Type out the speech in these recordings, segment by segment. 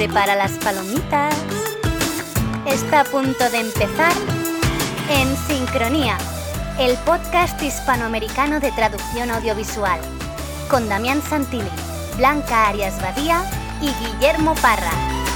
Prepara las palomitas. Está a punto de empezar En Sincronía, el podcast hispanoamericano de traducción audiovisual, con Damián Santilli, Blanca Arias Badía y Guillermo Parra.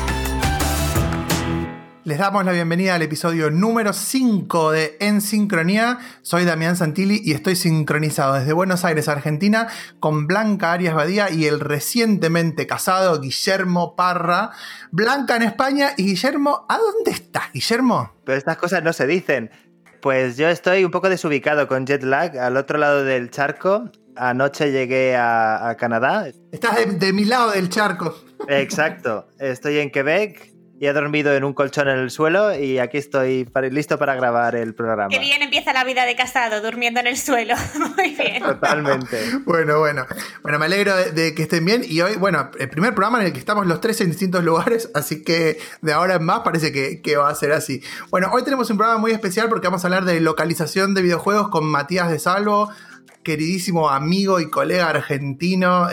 Les damos la bienvenida al episodio número 5 de En Sincronía. Soy Damián Santilli y estoy sincronizado desde Buenos Aires, Argentina, con Blanca Arias Badía y el recientemente casado Guillermo Parra. Blanca en España y Guillermo, ¿a dónde estás, Guillermo? Pero estas cosas no se dicen. Pues yo estoy un poco desubicado con jet lag al otro lado del charco. Anoche llegué a Canadá. Estás de mi lado del charco. Exacto. Estoy en Quebec. Y he dormido en un colchón en el suelo y aquí estoy listo para grabar el programa. Qué bien empieza la vida de casado, durmiendo en el suelo. Muy bien. Totalmente. Bueno, me alegro de que estén bien. Y hoy, el primer programa en el que estamos los tres en distintos lugares, así que de ahora en más parece que va a ser así. Bueno, hoy tenemos un programa muy especial porque vamos a hablar de localización de videojuegos con Matías de Salvo, queridísimo amigo y colega argentino,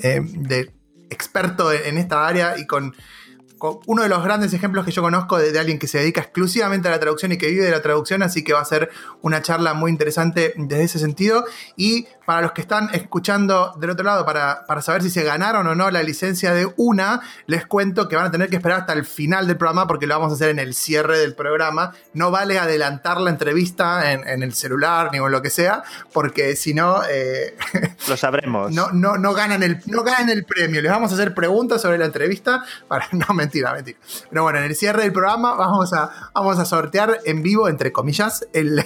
experto en esta área y con uno de los grandes ejemplos que yo conozco de alguien que se dedica exclusivamente a la traducción y que vive de la traducción, así que va a ser una charla muy interesante desde ese sentido. Y para los que están escuchando del otro lado, para saber si se ganaron o no la licencia de UNA, les cuento que van a tener que esperar hasta el final del programa porque lo vamos a hacer en el cierre del programa. No vale adelantar la entrevista en el celular ni en lo que sea, porque si no... lo sabremos. No ganan el premio. Les vamos a hacer preguntas sobre la entrevista para... No, mentira. Pero bueno, en el cierre del programa vamos a sortear en vivo, entre comillas,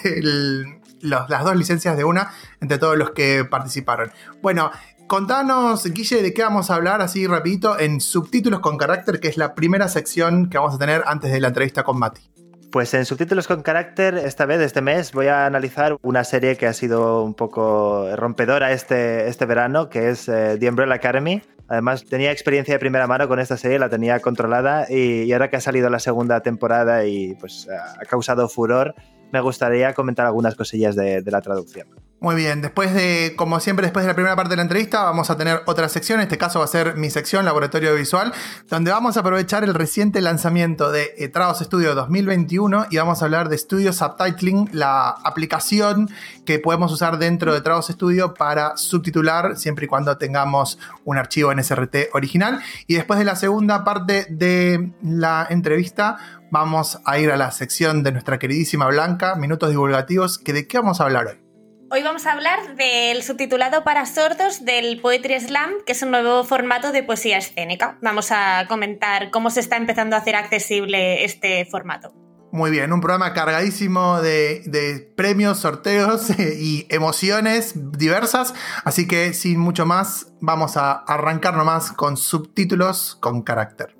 las dos licencias de UNA entre todos los que participaron. Bueno, contanos, Guille, de qué vamos a hablar así rapidito en Subtítulos con Carácter, que es la primera sección que vamos a tener antes de la entrevista con Mati. Pues en Subtítulos con Carácter, esta vez, este mes, voy a analizar una serie que ha sido un poco rompedora este verano, que es The Umbrella Academy. Además, tenía experiencia de primera mano con esta serie, la tenía controlada y ahora que ha salido la segunda temporada y pues ha causado furor, me gustaría comentar algunas cosillas de la traducción. Muy bien, después de la primera parte de la entrevista, vamos a tener otra sección. En este caso va a ser mi sección, Laboratorio Visual, donde vamos a aprovechar el reciente lanzamiento de Trados Studio 2021 y vamos a hablar de Studio Subtitling, la aplicación que podemos usar dentro de Trados Studio para subtitular siempre y cuando tengamos un archivo en SRT original. Y después de la segunda parte de la entrevista, vamos a ir a la sección de nuestra queridísima Blanca, Minutos Divulgativos, que ¿de qué vamos a hablar hoy? Hoy vamos a hablar del subtitulado para sordos del Poetry Slam, que es un nuevo formato de poesía escénica. Vamos a comentar cómo se está empezando a hacer accesible este formato. Muy bien, un programa cargadísimo de premios, sorteos y emociones diversas. Así que sin mucho más, vamos a arrancar nomás con Subtítulos con Carácter.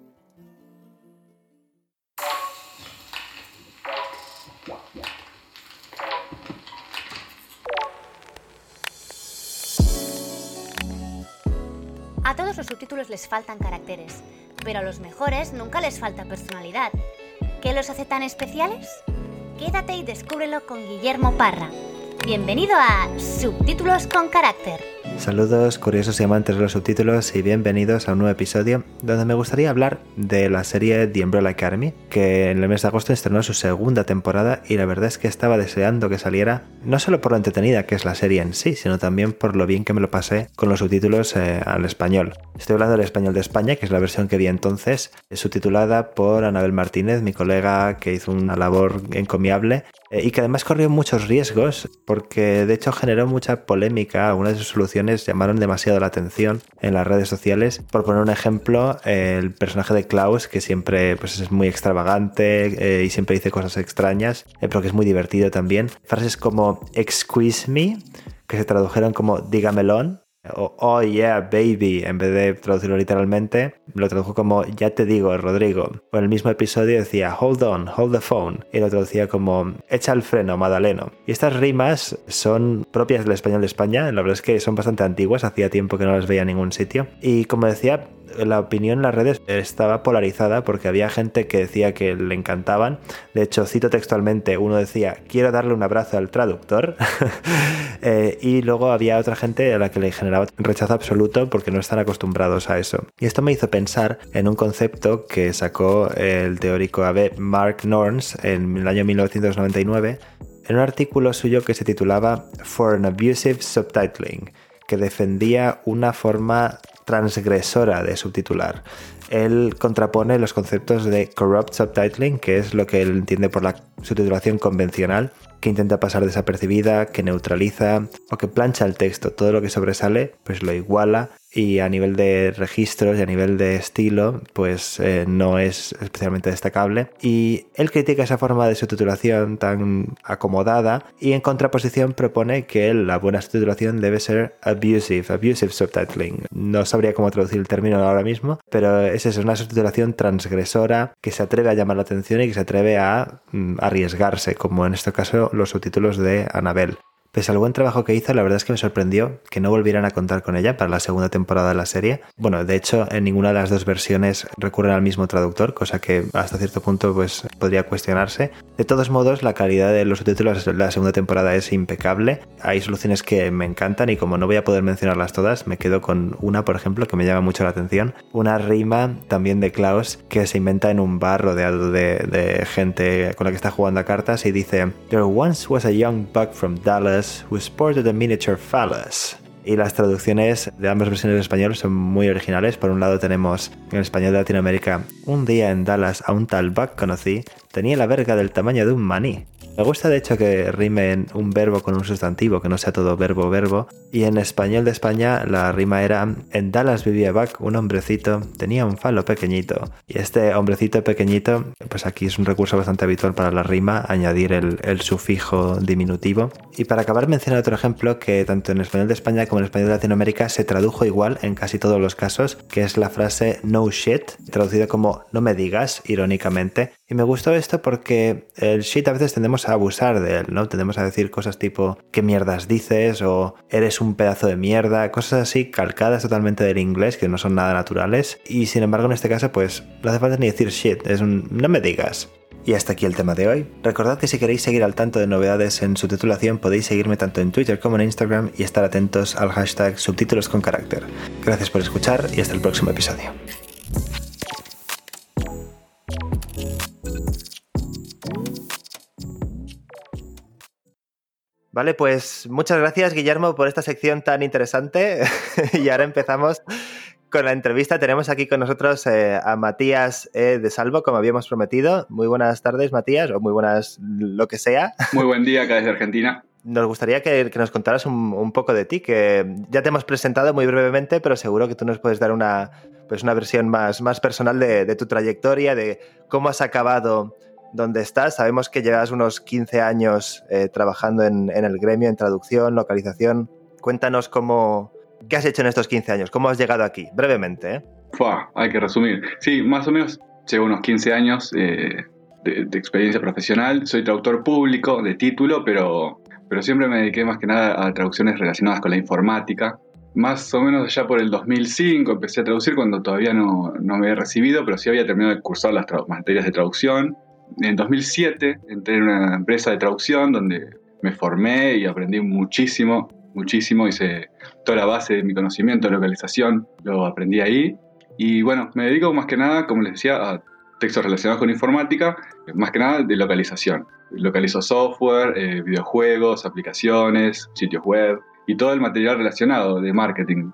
A todos los subtítulos les faltan caracteres, pero a los mejores nunca les falta personalidad. ¿Qué los hace tan especiales? Quédate y descúbrelo con Guillermo Parra. Bienvenido a Subtítulos con Carácter. Saludos curiosos y amantes de los subtítulos y bienvenidos a un nuevo episodio donde me gustaría hablar de la serie The Umbrella Academy, que en el mes de agosto estrenó su segunda temporada y la verdad es que estaba deseando que saliera, no solo por lo entretenida que es la serie en sí, sino también por lo bien que me lo pasé con los subtítulos al español. Estoy hablando del español de España, que es la versión que vi entonces, subtitulada por Anabel Martínez, mi colega que hizo una labor encomiable y que además corrió muchos riesgos porque de hecho generó mucha polémica. Algunas de sus soluciones llamaron demasiado la atención en las redes sociales. Por poner un ejemplo, el personaje de Klaus, que siempre pues, es muy extravagante y siempre dice cosas extrañas, pero que es muy divertido también. Frases como "excuse me", que se tradujeron como "dígamelón", o "oh yeah baby", en vez de traducirlo literalmente, lo tradujo como "ya te digo Rodrigo". O en el mismo episodio decía "hold on, hold the phone", y lo traducía como "echa el freno, Madaleno". Y estas rimas son propias del español de España, la verdad es que son bastante antiguas, hacía tiempo que no las veía en ningún sitio. Y como decía, la opinión en las redes estaba polarizada porque había gente que decía que le encantaban. De hecho, cito textualmente, uno decía, quiero darle un abrazo al traductor. Y luego había otra gente a la que le generaba rechazo absoluto porque no están acostumbrados a eso. Y esto me hizo pensar en un concepto que sacó el teórico Mark Norns en el año 1999 en un artículo suyo que se titulaba For an Abusive Subtitling, que defendía una forma transgresora de subtitular. Él contrapone los conceptos de corrupt subtitling, que es lo que él entiende por la subtitulación convencional, que intenta pasar desapercibida, que neutraliza o que plancha el texto. Todo lo que sobresale, pues lo iguala, y a nivel de registros y a nivel de estilo, pues no es especialmente destacable. Y él critica esa forma de subtitulación tan acomodada y en contraposición propone que la buena subtitulación debe ser abusive subtitling. No sabría cómo traducir el término ahora mismo, pero es eso, una subtitulación transgresora que se atreve a llamar la atención y que se atreve a arriesgarse, como en este caso los subtítulos de Annabelle. Pese al buen trabajo que hizo, la verdad es que me sorprendió que no volvieran a contar con ella para la segunda temporada de la serie. Bueno, de hecho, en ninguna de las dos versiones recurren al mismo traductor, cosa que hasta cierto punto pues podría cuestionarse. De todos modos, la calidad de los subtítulos de la segunda temporada es impecable. Hay soluciones que me encantan y como no voy a poder mencionarlas todas, me quedo con una, por ejemplo, que me llama mucho la atención. Una rima también de Klaus que se inventa en un bar rodeado de gente con la que está jugando a cartas y dice There once was a young buck from Dallas who sported a miniature phallus. Y las traducciones de ambas versiones en español son muy originales. Por un lado tenemos en español de Latinoamérica, un día en Dallas a un tal Buck conocí, tenía la verga del tamaño de un maní. Me gusta de hecho que rimen un verbo con un sustantivo, que no sea todo verbo. Y en español de España la rima era en Dallas vivía Buck, un hombrecito, tenía un falo pequeñito. Y este hombrecito pequeñito, pues aquí es un recurso bastante habitual para la rima, añadir el sufijo diminutivo. Y para acabar mencionar otro ejemplo que tanto en español de España como en español de Latinoamérica se tradujo igual en casi todos los casos, que es la frase no shit, traducido como no me digas, irónicamente. Y me gustó esto porque el shit a veces tendemos a abusar de él, ¿no? Tendemos a decir cosas tipo ¿qué mierdas dices? O eres un pedazo de mierda, cosas así calcadas totalmente del inglés que no son nada naturales. Y sin embargo en este caso pues no hace falta ni decir shit, es un no me digas. Y hasta aquí el tema de hoy. Recordad que si queréis seguir al tanto de novedades en subtitulación podéis seguirme tanto en Twitter como en Instagram y estar atentos al hashtag subtítulos con carácter. Gracias por escuchar y hasta el próximo episodio. Vale, pues muchas gracias Guillermo por esta sección tan interesante y ahora empezamos con la entrevista. Tenemos aquí con nosotros a Matías de Salvo, como habíamos prometido. Muy buenas tardes, Matías, o muy buenas lo que sea. Muy buen día acá desde Argentina. Nos gustaría que nos contaras un poco de ti, que ya te hemos presentado muy brevemente, pero seguro que tú nos puedes dar una versión más personal de tu trayectoria, de cómo has acabado donde estás. Sabemos que llevas unos 15 años trabajando en el gremio, en traducción, localización. Cuéntanos qué has hecho en estos 15 años, cómo has llegado aquí, brevemente. Hay que resumir. Sí, más o menos llevo unos 15 años de experiencia profesional. Soy traductor público de título, pero siempre me dediqué más que nada a traducciones relacionadas con la informática. Más o menos allá por el 2005 empecé a traducir cuando todavía no me había recibido, pero sí había terminado de cursar las materias de traducción. En 2007 entré en una empresa de traducción donde me formé y aprendí muchísimo. Hice toda la base de mi conocimiento de localización, lo aprendí ahí. Y bueno, me dedico más que nada, como les decía, a textos relacionados con informática, más que nada de localización. Localizo software, videojuegos, aplicaciones, sitios web y todo el material relacionado de marketing.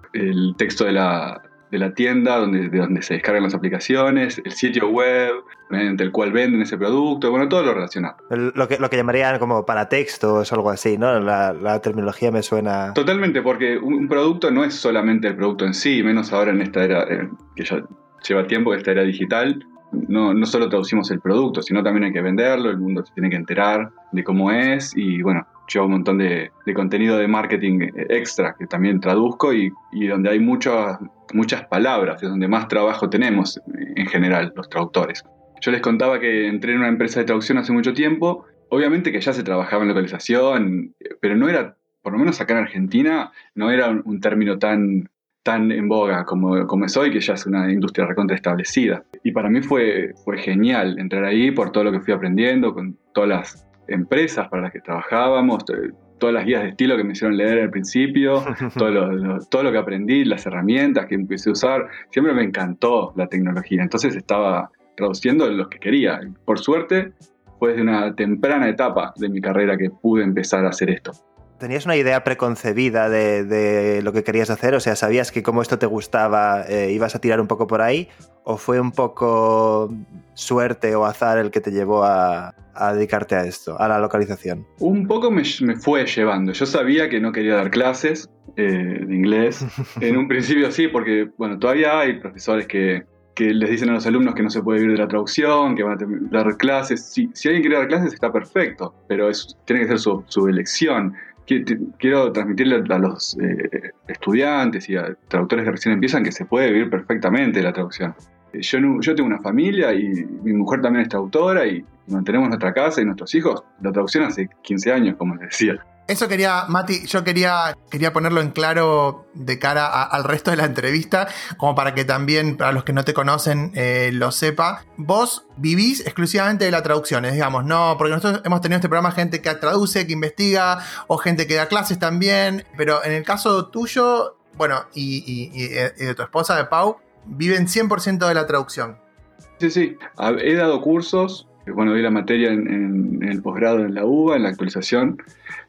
El texto de la tienda de donde se descargan las aplicaciones, el sitio web mediante el cual venden ese producto, bueno, todo lo relacionado. Lo que llamarían como paratextos o algo así, ¿no? La terminología me suena... Totalmente, porque un producto no es solamente el producto en sí, menos ahora en esta era que ya lleva tiempo, esta era digital. No solo traducimos el producto, sino también hay que venderlo, el mundo se tiene que enterar de cómo es y bueno, lleva un montón de contenido de marketing extra que también traduzco y donde hay muchas palabras, es donde más trabajo tenemos en general los traductores. Yo les contaba que entré en una empresa de traducción hace mucho tiempo, obviamente que ya se trabajaba en localización, pero no era, por lo menos acá en Argentina, no era un término tan tan en boga como es hoy, que ya es una industria recontra establecida. Y para mí fue genial entrar ahí por todo lo que fui aprendiendo, con todas las empresas para las que trabajábamos, todas las guías de estilo que me hicieron leer al principio, todo lo que aprendí, las herramientas que empecé a usar. Siempre me encantó la tecnología, entonces estaba traduciendo lo que quería. Por suerte, fue desde una temprana etapa de mi carrera que pude empezar a hacer esto. ¿Tenías una idea preconcebida de lo que querías hacer? O sea, ¿sabías que como esto te gustaba ibas a tirar un poco por ahí? ¿O fue un poco suerte o azar el que te llevó a dedicarte a esto, a la localización? Un poco me fue llevando. Yo sabía que no quería dar clases de inglés. En un principio sí, porque bueno, todavía hay profesores que les dicen a los alumnos que no se puede vivir de la traducción, que van a dar clases. Si alguien quiere dar clases está perfecto, pero tiene que ser su elección. Quiero transmitirle a los estudiantes y a traductores que recién empiezan que se puede vivir perfectamente de la traducción. Yo tengo una familia y mi mujer también es traductora y mantenemos nuestra casa y nuestros hijos. La traducción hace 15 años, como les decía. Eso quería, Mati, yo quería ponerlo en claro de cara al resto de la entrevista, como para que también, para los que no te conocen, lo sepa. Vos vivís exclusivamente de la traducción, digamos, no, porque nosotros hemos tenido este programa gente que traduce, que investiga, o gente que da clases también, pero en el caso tuyo, bueno, y de tu esposa, de Pau, viven 100% de la traducción. Sí. He dado cursos, bueno, di la materia en el posgrado en la UBA, en la actualización,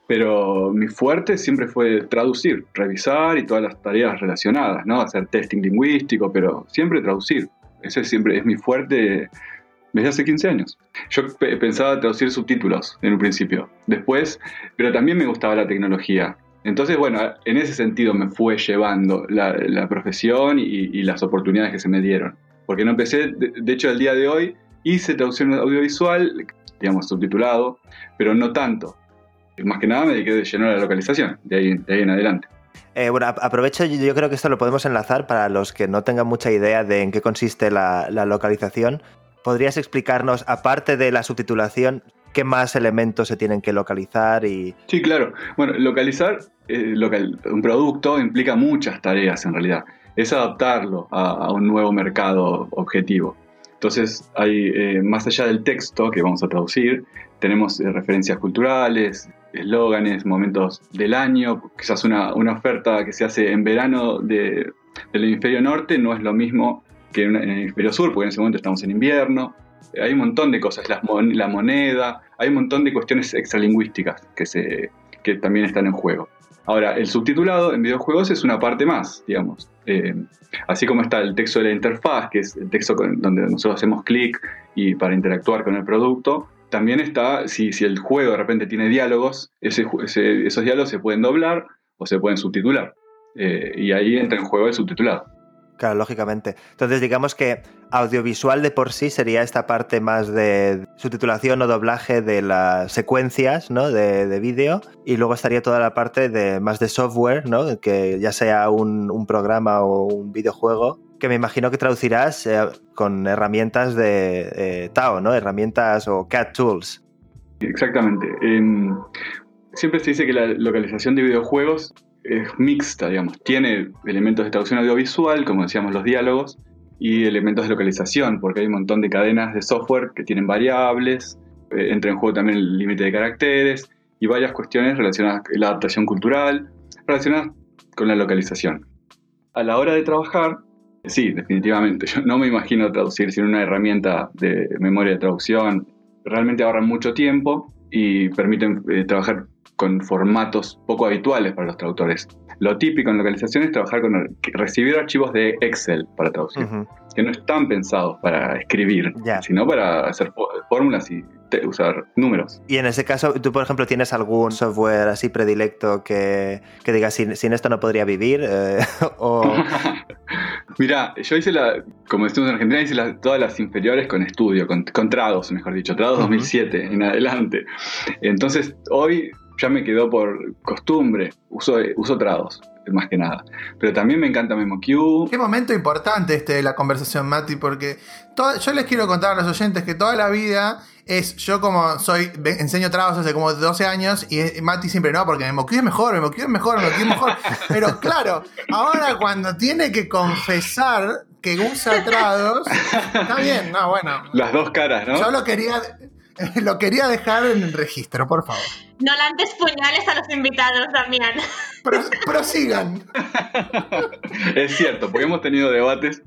pero mi fuerte siempre fue traducir, revisar y todas las tareas relacionadas, ¿no? Hacer testing lingüístico, pero siempre traducir. Ese siempre es mi fuerte desde hace 15 años. Yo pensaba traducir subtítulos en un principio, después, pero también me gustaba la tecnología. Entonces, bueno, en ese sentido me fue llevando la profesión y las oportunidades que se me dieron. Porque no empecé, de hecho, el día de hoy hice traducción audiovisual, digamos, subtitulado, pero no tanto. Más que nada me dediqué de lleno a la localización, de ahí en adelante. Bueno, aprovecho, yo creo que esto lo podemos enlazar para los que no tengan mucha idea de en qué consiste la localización. ¿Podrías explicarnos, aparte de la subtitulación, qué más elementos se tienen que localizar? Sí, claro. Bueno, localizar un producto implica muchas tareas en realidad. Es adaptarlo a un nuevo mercado objetivo. Entonces, hay más allá del texto que vamos a traducir, tenemos referencias culturales, eslóganes, momentos del año. Quizás una oferta que se hace en verano del hemisferio norte no es lo mismo que en el hemisferio sur, porque en ese momento estamos en invierno. Hay un montón de cosas, la moneda, hay un montón de cuestiones extralingüísticas que también están en juego. Ahora, el subtitulado en videojuegos es una parte más, digamos. Así como está el texto de la interfaz, que es el texto donde nosotros hacemos clic y para interactuar con el producto, también está, si el juego de repente tiene diálogos, esos diálogos se pueden doblar o se pueden subtitular. Y ahí entra en juego el subtitulado. Claro, lógicamente. Entonces, digamos que audiovisual de por sí sería esta parte más de subtitulación o doblaje de las secuencias, ¿no? de vídeo, y luego estaría toda la parte más de software, ¿no? Que ya sea un programa o un videojuego, que me imagino que traducirás con herramientas de TAO, ¿no? Herramientas o CAD Tools. Exactamente. Siempre se dice que la localización de videojuegos es mixta, digamos. Tiene elementos de traducción audiovisual, como decíamos, los diálogos, y elementos de localización, porque hay un montón de cadenas de software que tienen variables, entra en juego también el límite de caracteres, y varias cuestiones relacionadas con la adaptación cultural, relacionadas con la localización. A la hora de trabajar, sí, definitivamente, yo no me imagino traducir sin una herramienta de memoria de traducción. Realmente ahorran mucho tiempo y permiten trabajar con formatos poco habituales para los traductores. Lo típico en localización es trabajar recibir archivos de Excel para traducir, que no están pensados para escribir, sino para hacer fórmulas y usar números. Y en ese caso, tú, por ejemplo, ¿tienes algún software así predilecto que digas, sin esto no podría vivir? Mirá, yo hice como decimos en Argentina, hice todas las inferiores con estudio, con Trados, mejor dicho, Trados 2007 en adelante. Entonces, hoy ya me quedó por costumbre, uso Trados, más que nada. Pero también me encanta MemoQ. Qué momento importante de la conversación, Mati, porque yo les quiero contar a los oyentes que toda la vida yo como enseño trabajos hace como 12 años y Mati siempre no, porque MemoQ es mejor. Pero claro, ahora cuando tiene que confesar que usa Trados, está bien, no, bueno. Las dos caras, ¿no? Yo lo quería dejar en el registro, por favor. No lances puñales a los invitados, Damián. Prosigan. Es cierto, porque hemos tenido debates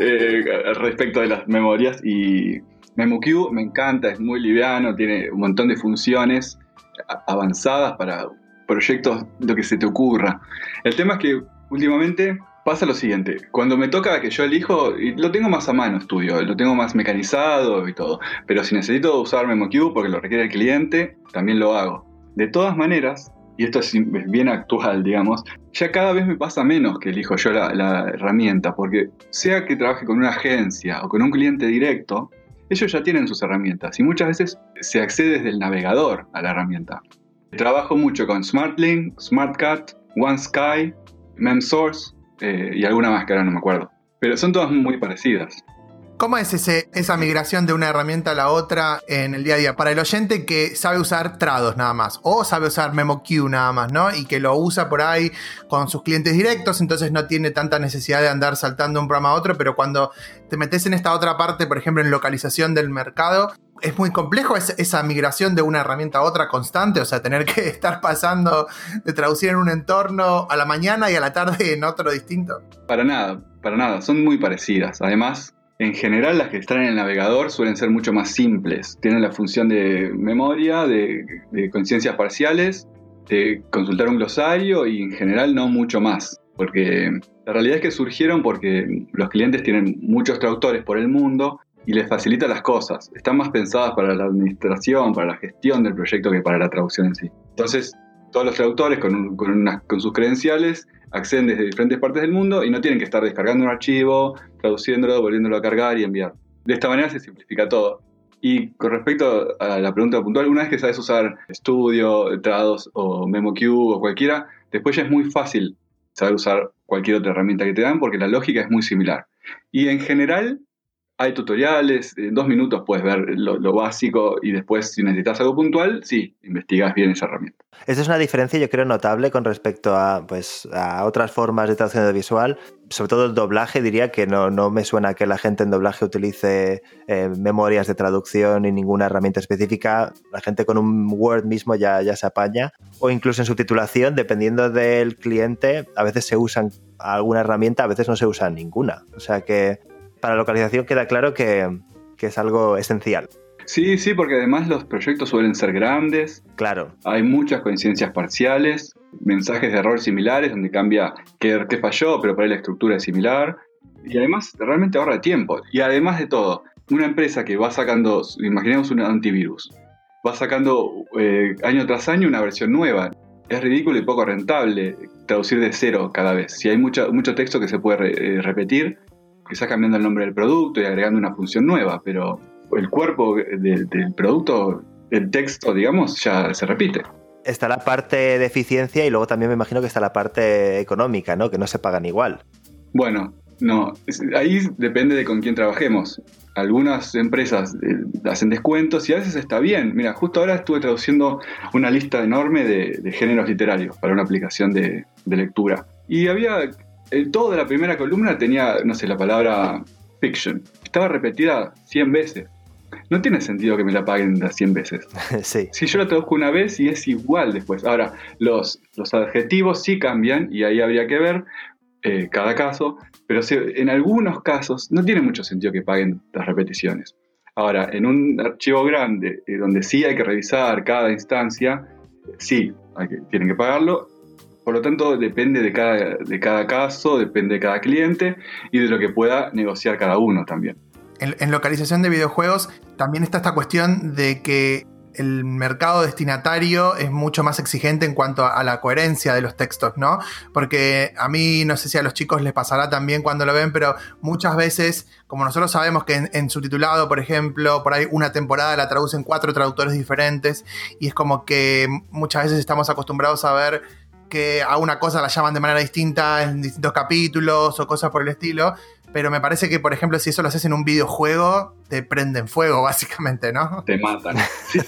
respecto de las memorias y MemoQ me encanta, es muy liviano, tiene un montón de funciones avanzadas para proyectos, lo que se te ocurra. El tema es que últimamente pasa lo siguiente, cuando me toca que yo elijo, y lo tengo más a mano estudio, lo tengo más mecanizado y todo, pero si necesito usar MemoQ porque lo requiere el cliente, también lo hago. De todas maneras, y esto es bien actual, digamos, ya cada vez me pasa menos que elijo yo la herramienta, porque sea que trabaje con una agencia o con un cliente directo, ellos ya tienen sus herramientas y muchas veces se accede desde el navegador a la herramienta. Trabajo mucho con SmartLink, SmartCut, OneSky, MemSource y alguna más que ahora no me acuerdo. Pero son todas muy parecidas. ¿Cómo es esa migración de una herramienta a la otra en el día a día? Para el oyente que sabe usar Trados nada más, o sabe usar MemoQ nada más, ¿no? Y que lo usa por ahí con sus clientes directos, entonces no tiene tanta necesidad de andar saltando de un programa a otro, pero cuando te metes en esta otra parte, por ejemplo, en localización del mercado, ¿es muy complejo esa migración de una herramienta a otra constante? O sea, tener que estar pasando de traducir en un entorno a la mañana y a la tarde en otro distinto. Para nada, son muy parecidas. Además, en general, las que están en el navegador suelen ser mucho más simples. Tienen la función de memoria, de conciencias parciales, de consultar un glosario y en general no mucho más. Porque la realidad es que surgieron porque los clientes tienen muchos traductores por el mundo y les facilita las cosas. Están más pensadas para la administración, para la gestión del proyecto que para la traducción en sí. Entonces, todos los traductores con sus credenciales acceden desde diferentes partes del mundo y no tienen que estar descargando un archivo, traduciéndolo, volviéndolo a cargar y enviar. De esta manera se simplifica todo. Y con respecto a la pregunta puntual, una vez que sabes usar Studio, Trados o MemoQ o cualquiera, después ya es muy fácil saber usar cualquier otra herramienta que te dan porque la lógica es muy similar. Y en general hay tutoriales, en 2 minutos puedes ver lo básico y después si necesitas algo puntual, sí, investigas bien esa herramienta. Esta es una diferencia yo creo notable con respecto a otras formas de traducción audiovisual, sobre todo el doblaje. Diría que no me suena que la gente en doblaje utilice memorias de traducción ni ninguna herramienta específica. La gente con un Word mismo ya se apaña, o incluso en subtitulación, dependiendo del cliente, a veces se usan alguna herramienta, a veces no se usa ninguna. O sea que para localización queda claro que es algo esencial. Sí, porque además los proyectos suelen ser grandes. Claro. Hay muchas coincidencias parciales, mensajes de error similares donde cambia qué falló, pero por ahí la estructura es similar. Y además realmente ahorra tiempo. Y además de todo, una empresa que va sacando, imaginemos un antivirus, va sacando año tras año una versión nueva. Es ridículo y poco rentable traducir de cero cada vez. Si hay mucho texto que se puede repetir, quizás cambiando el nombre del producto y agregando una función nueva, pero el cuerpo del producto, el texto, digamos, ya se repite. Está la parte de eficiencia y luego también me imagino que está la parte económica, ¿no? Que no se pagan igual. Bueno, no, ahí depende de con quién trabajemos. Algunas empresas hacen descuentos y a veces está bien. Mira, justo ahora estuve traduciendo una lista enorme de géneros literarios para una aplicación de lectura. Y había... todo de la primera columna tenía, no sé, la palabra fiction. Estaba repetida 100 veces. No tiene sentido que me la paguen las 100 veces. Sí. Si yo la traduzco una vez y es igual después. Ahora, los adjetivos sí cambian y ahí habría que ver cada caso. Pero en algunos casos no tiene mucho sentido que paguen las repeticiones. Ahora, en un archivo grande, donde sí hay que revisar cada instancia, sí, tienen que pagarlo. Por lo tanto, depende de cada caso, depende de cada cliente y de lo que pueda negociar cada uno también. En localización de videojuegos también está esta cuestión de que el mercado destinatario es mucho más exigente en cuanto a la coherencia de los textos, ¿no? Porque a mí, no sé si a los chicos les pasará también cuando lo ven, pero muchas veces, como nosotros sabemos que en subtitulado, por ejemplo, por ahí una temporada la traducen 4 traductores diferentes y es como que muchas veces estamos acostumbrados a ver que a una cosa la llaman de manera distinta en distintos capítulos o cosas por el estilo, pero me parece que, por ejemplo, si eso lo haces en un videojuego, te prenden fuego, básicamente, ¿no? Te matan. Sí.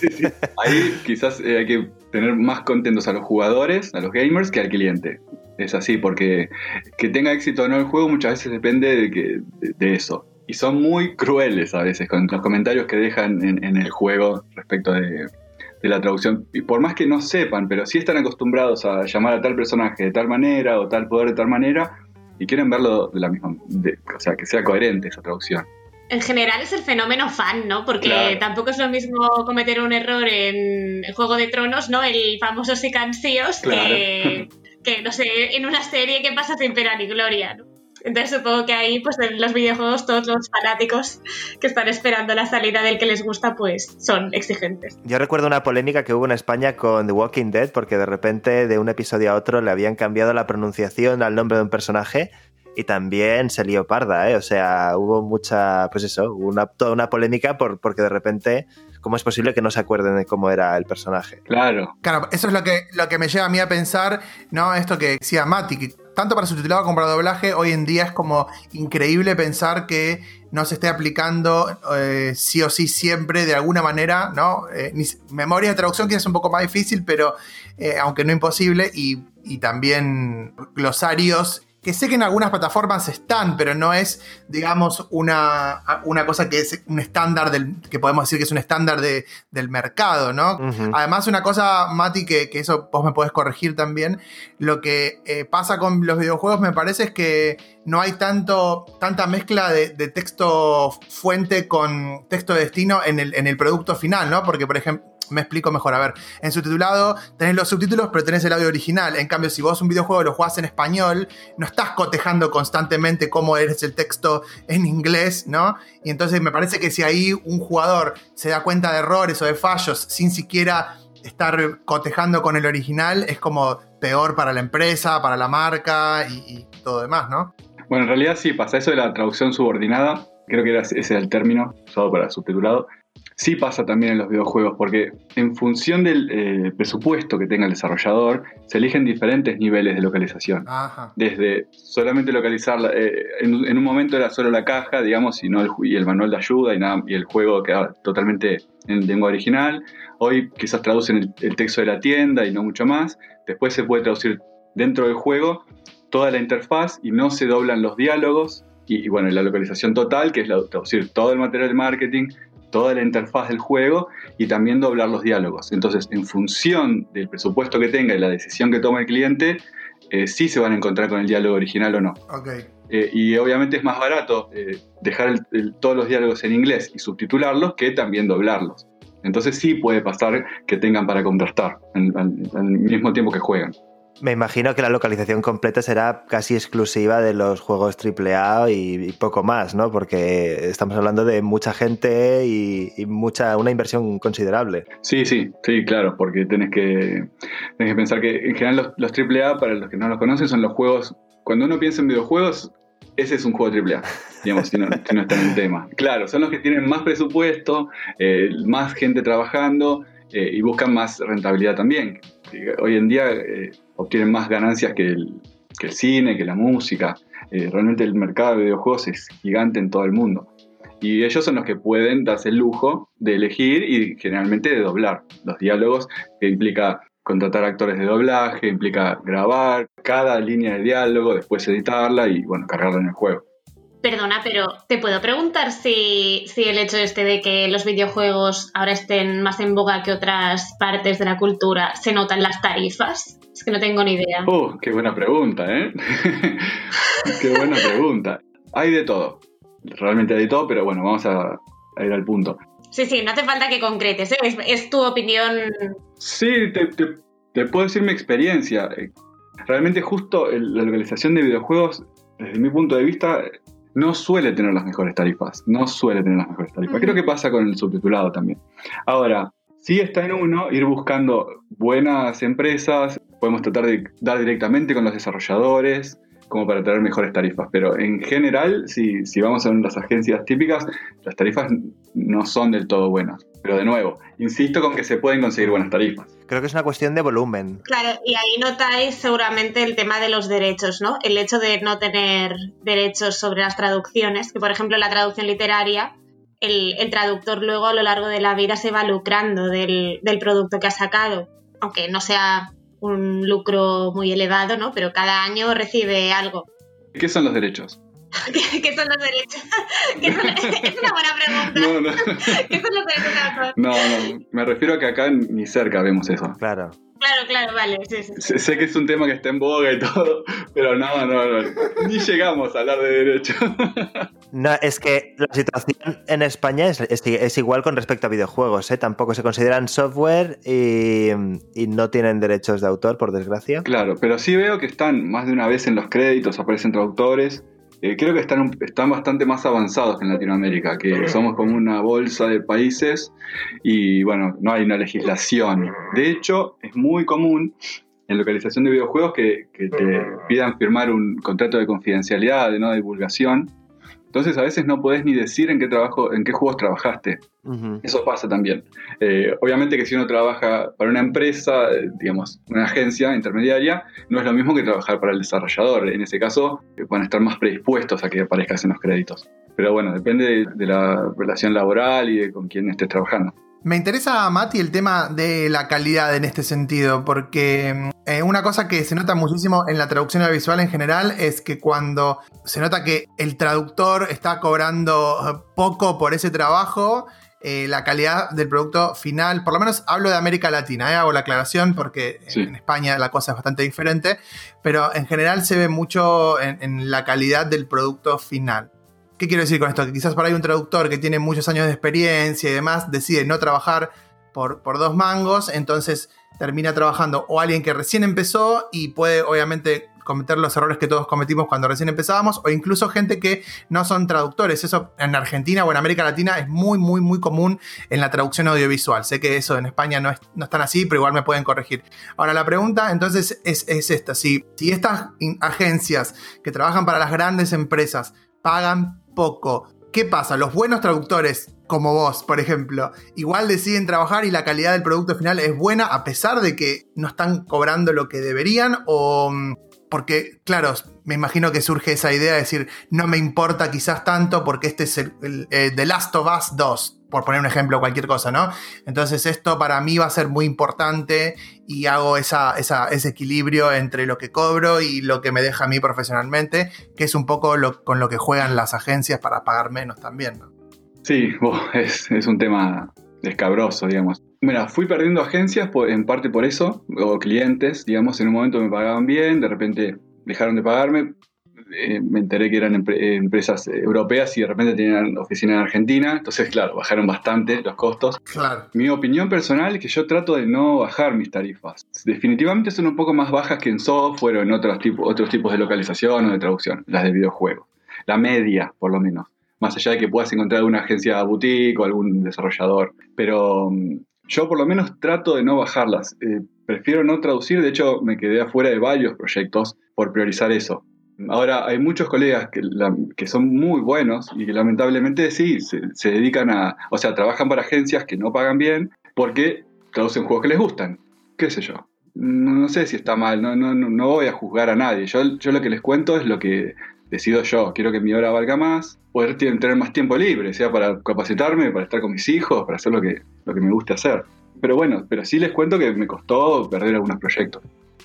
Ahí quizás hay que tener más contentos a los jugadores, a los gamers, que al cliente. Es así, porque que tenga éxito o no el juego muchas veces depende de eso. Y son muy crueles a veces con los comentarios que dejan en el juego respecto de la traducción. Y por más que no sepan, pero sí están acostumbrados a llamar a tal personaje de tal manera o tal poder de tal manera y quieren verlo de la misma, o sea, que sea coherente esa traducción. En general es el fenómeno fan, ¿no? Porque claro, tampoco es lo mismo cometer un error en Juego de Tronos, ¿no? El famoso sicansíos, claro. que, no sé, en una serie que pasa sin pena ni gloria, ¿no? Entonces supongo que ahí, pues en los videojuegos, todos los fanáticos que están esperando la salida del que les gusta, pues son exigentes. Yo recuerdo una polémica que hubo en España con The Walking Dead, porque de repente de un episodio a otro le habían cambiado la pronunciación al nombre de un personaje y también se lió parda, ¿eh? O sea, hubo mucha, pues eso, toda una polémica porque de repente, ¿cómo es posible que no se acuerden de cómo era el personaje? Claro, eso es lo que me lleva a mí a pensar, ¿no? Esto que decía Mati, que tanto para subtitulado como para doblaje, hoy en día es como increíble pensar que no se esté aplicando sí o sí siempre de alguna manera, ¿no? Memoria de traducción que es un poco más difícil, pero aunque no imposible, y también glosarios, que sé que en algunas plataformas están, pero no es, digamos, una cosa que es un estándar que podemos decir que es un estándar del mercado, ¿no? Uh-huh. Además, una cosa, Mati, que eso vos me podés corregir también, lo que pasa con los videojuegos me parece es que no hay tanta mezcla de texto fuente con texto de destino en el producto final, ¿no? Porque, por ejemplo, me explico mejor. A ver, en subtitulado tenés los subtítulos, pero tenés el audio original. En cambio, si vos un videojuego lo jugás en español, no estás cotejando constantemente cómo es el texto en inglés, ¿no? Y entonces me parece que si ahí un jugador se da cuenta de errores o de fallos sin siquiera estar cotejando con el original, es como peor para la empresa, para la marca y todo demás, ¿no? Bueno, en realidad sí pasa eso de la traducción subordinada. Creo que ese es el término usado para subtitulado. Sí pasa también en los videojuegos, porque en función del presupuesto que tenga el desarrollador, se eligen diferentes niveles de localización. Ajá. Desde solamente localizar, en un momento era solo la caja, digamos, y el manual de ayuda y el juego quedaba totalmente en lengua original. Hoy quizás traducen el texto de la tienda y no mucho más. Después se puede traducir dentro del juego toda la interfaz y no se doblan los diálogos. Y bueno, la localización total, que es traducir todo el material de marketing, toda la interfaz del juego y también doblar los diálogos. Entonces, en función del presupuesto que tenga y la decisión que tome el cliente, sí se van a encontrar con el diálogo original o no. Okay. Y obviamente es más barato dejar todos los diálogos en inglés y subtitularlos que también doblarlos. Entonces sí puede pasar que tengan para contrastar al mismo tiempo que juegan. Me imagino que la localización completa será casi exclusiva de los juegos AAA y poco más, ¿no? Porque estamos hablando de mucha gente y una inversión considerable. Sí, claro, porque tenés que pensar que en general los AAA, para los que no los conocen, son los juegos. Cuando uno piensa en videojuegos, ese es un juego AAA, digamos, si no está en el tema. Claro, son los que tienen más presupuesto, más gente trabajando y buscan más rentabilidad también. Hoy en día obtienen más ganancias que el cine, que la música. Realmente el mercado de videojuegos es gigante en todo el mundo. Y ellos son los que pueden darse el lujo de elegir y generalmente de doblar los diálogos, que implica contratar actores de doblaje, implica grabar cada línea de diálogo, después editarla y bueno, cargarla en el juego. Perdona, pero te puedo preguntar si el hecho de que los videojuegos ahora estén más en boga que otras partes de la cultura, ¿se notan las tarifas? Es que no tengo ni idea. Qué buena pregunta, ¿eh? Qué buena pregunta. Hay de todo. Realmente hay de todo, pero bueno, vamos a ir al punto. Sí, no hace falta que concretes, ¿eh? Es tu opinión. Sí, te puedo decir mi experiencia. Realmente justo la localización de videojuegos, desde mi punto de vista, no suele tener las mejores tarifas. Uh-huh. Creo que pasa con el subtitulado también. Ahora, sí está en uno ir buscando buenas empresas. Podemos tratar de dar directamente con los desarrolladores, como para tener mejores tarifas. Pero en general, si vamos a las agencias típicas, las tarifas no son del todo buenas. Pero de nuevo, insisto con que se pueden conseguir buenas tarifas. Creo que es una cuestión de volumen. Claro, y ahí notáis seguramente el tema de los derechos, ¿no? El hecho de no tener derechos sobre las traducciones, que por ejemplo en la traducción literaria, el traductor luego a lo largo de la vida se va lucrando del producto que ha sacado, aunque no sea un lucro muy elevado, ¿no? Pero cada año recibe algo. ¿Qué son los derechos? ¿Qué son los derechos? Es una buena pregunta. No. ¿Qué son los derechos de autor? No, me refiero a que acá ni cerca vemos eso. Claro. Claro, vale, sí. Sé que es un tema que está en boga y todo, pero no, ni llegamos a hablar de derechos. No, es que la situación en España es igual con respecto a videojuegos, ¿eh? Tampoco se consideran software y no tienen derechos de autor, por desgracia. Claro, pero sí veo que están más de una vez en los créditos, aparecen traductores. Creo que están bastante más avanzados que en Latinoamérica, que somos como una bolsa de países y bueno, no hay una legislación. De hecho, es muy común en localización de videojuegos que te pidan firmar un contrato de confidencialidad, de no divulgación. Entonces a veces no podés ni decir en qué juegos trabajaste. Uh-huh. Eso pasa también. Obviamente que si uno trabaja para una empresa, digamos, una agencia intermediaria, no es lo mismo que trabajar para el desarrollador. En ese caso, van a estar más predispuestos a que aparezcas en los créditos. Pero bueno, depende de la relación laboral y de con quién estés trabajando. Me interesa, Mati, el tema de la calidad en este sentido, porque una cosa que se nota muchísimo en la traducción audiovisual en general es que cuando se nota que el traductor está cobrando poco por ese trabajo, la calidad del producto final, por lo menos hablo de América Latina, hago la aclaración porque sí, en España la cosa es bastante diferente, pero en general se ve mucho en la calidad del producto final. ¿Qué quiero decir con esto? Que quizás por ahí un traductor que tiene muchos años de experiencia y demás decide no trabajar por 2 mangos, entonces termina trabajando o alguien que recién empezó y puede obviamente cometer los errores que todos cometimos cuando recién empezábamos, o incluso gente que no son traductores. Eso en Argentina o en América Latina es muy, muy, muy común en la traducción audiovisual. Sé que eso en España no es tan así, pero igual me pueden corregir. Ahora, la pregunta entonces es esta. Si estas agencias que trabajan para las grandes empresas pagan poco, ¿qué pasa? Los buenos traductores, como vos, por ejemplo, igual deciden trabajar y la calidad del producto final es buena a pesar de que no están cobrando lo que deberían, o porque, claro, me imagino que surge esa idea de decir, no me importa quizás tanto porque este es el The Last of Us 2, por poner un ejemplo, cualquier cosa, ¿no? Entonces esto para mí va a ser muy importante y hago ese equilibrio entre lo que cobro y lo que me deja a mí profesionalmente, que es un poco con lo que juegan las agencias para pagar menos también, ¿no? Sí, es un tema escabroso, digamos. Mira, fui perdiendo agencias en parte por eso, o clientes, digamos, en un momento me pagaban bien, de repente dejaron de pagarme, me enteré que eran empresas europeas y de repente tenían oficina en Argentina, entonces claro, bajaron bastante los costos. Claro. Mi opinión personal es que yo trato de no bajar mis tarifas. Definitivamente son un poco más bajas que en software o en otros tipos de localización o de traducción, las de videojuegos. La media, por lo menos. Más allá de que puedas encontrar alguna agencia boutique o algún desarrollador. Pero yo por lo menos trato de no bajarlas. Prefiero no traducir, de hecho me quedé afuera de varios proyectos por priorizar eso. Ahora hay muchos colegas que son muy buenos y que lamentablemente sí, se dedican trabajan para agencias que no pagan bien porque traducen juegos que les gustan. ¿Qué sé yo? No sé si está mal, no voy a juzgar a nadie. Yo lo que les cuento es lo que decido yo. Quiero que mi hora valga más, poder tener más tiempo libre, sea para capacitarme, para estar con mis hijos, para hacer lo que me guste hacer. Pero bueno, sí les cuento que me costó perder algunos proyectos.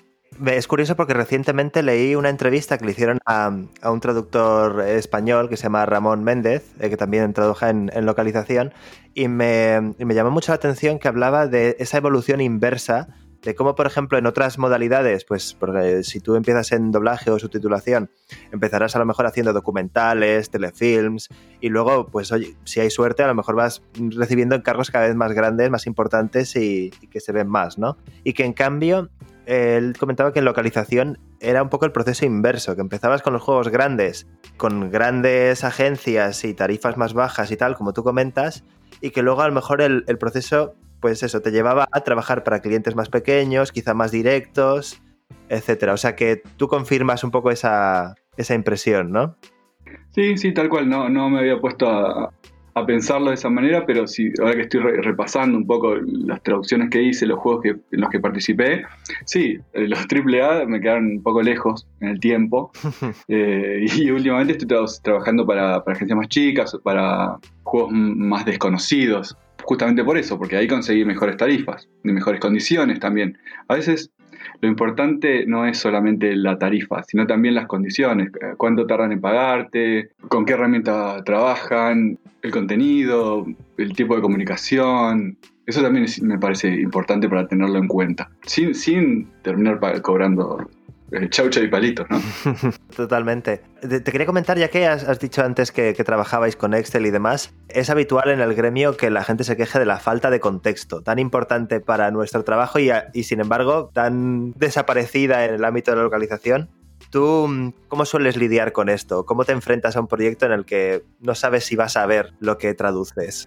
Es curioso porque recientemente leí una entrevista que le hicieron a un traductor español que se llama Ramón Méndez, que también trabaja en localización, y me llamó mucho la atención que hablaba de esa evolución inversa de cómo, por ejemplo, en otras modalidades, pues porque si tú empiezas en doblaje o subtitulación, empezarás a lo mejor haciendo documentales, telefilms, y luego, pues oye, si hay suerte, a lo mejor vas recibiendo encargos cada vez más grandes, más importantes y que se ven más, ¿no? Y que en cambio, él comentaba que en localización era un poco el proceso inverso, que empezabas con los juegos grandes, con grandes agencias y tarifas más bajas y tal, como tú comentas, y que luego a lo mejor el proceso, pues eso, te llevaba a trabajar para clientes más pequeños, quizá más directos, etcétera. O sea que tú confirmas un poco esa impresión, ¿no? Sí, tal cual. No me había puesto a pensarlo de esa manera, pero sí, ahora que estoy repasando un poco las traducciones que hice, los juegos en los que participé, sí, los AAA me quedaron un poco lejos en el tiempo. Y últimamente estoy trabajando para agencias más chicas, para juegos más desconocidos, justamente por eso, porque ahí conseguí mejores tarifas, de mejores condiciones también. A veces lo importante no es solamente la tarifa, sino también las condiciones, cuánto tardan en pagarte, con qué herramienta trabajan, el contenido, el tipo de comunicación. Eso también me parece importante para tenerlo en cuenta, sin terminar cobrando chaucha y palitos, ¿no? Totalmente. Te quería comentar, ya que has dicho antes que trabajabais con Excel y demás, es habitual en el gremio que la gente se queje de la falta de contexto, tan importante para nuestro trabajo y sin embargo tan desaparecida en el ámbito de la localización. ¿Tú cómo sueles lidiar con esto? ¿Cómo te enfrentas a un proyecto en el que no sabes si vas a ver lo que traduces?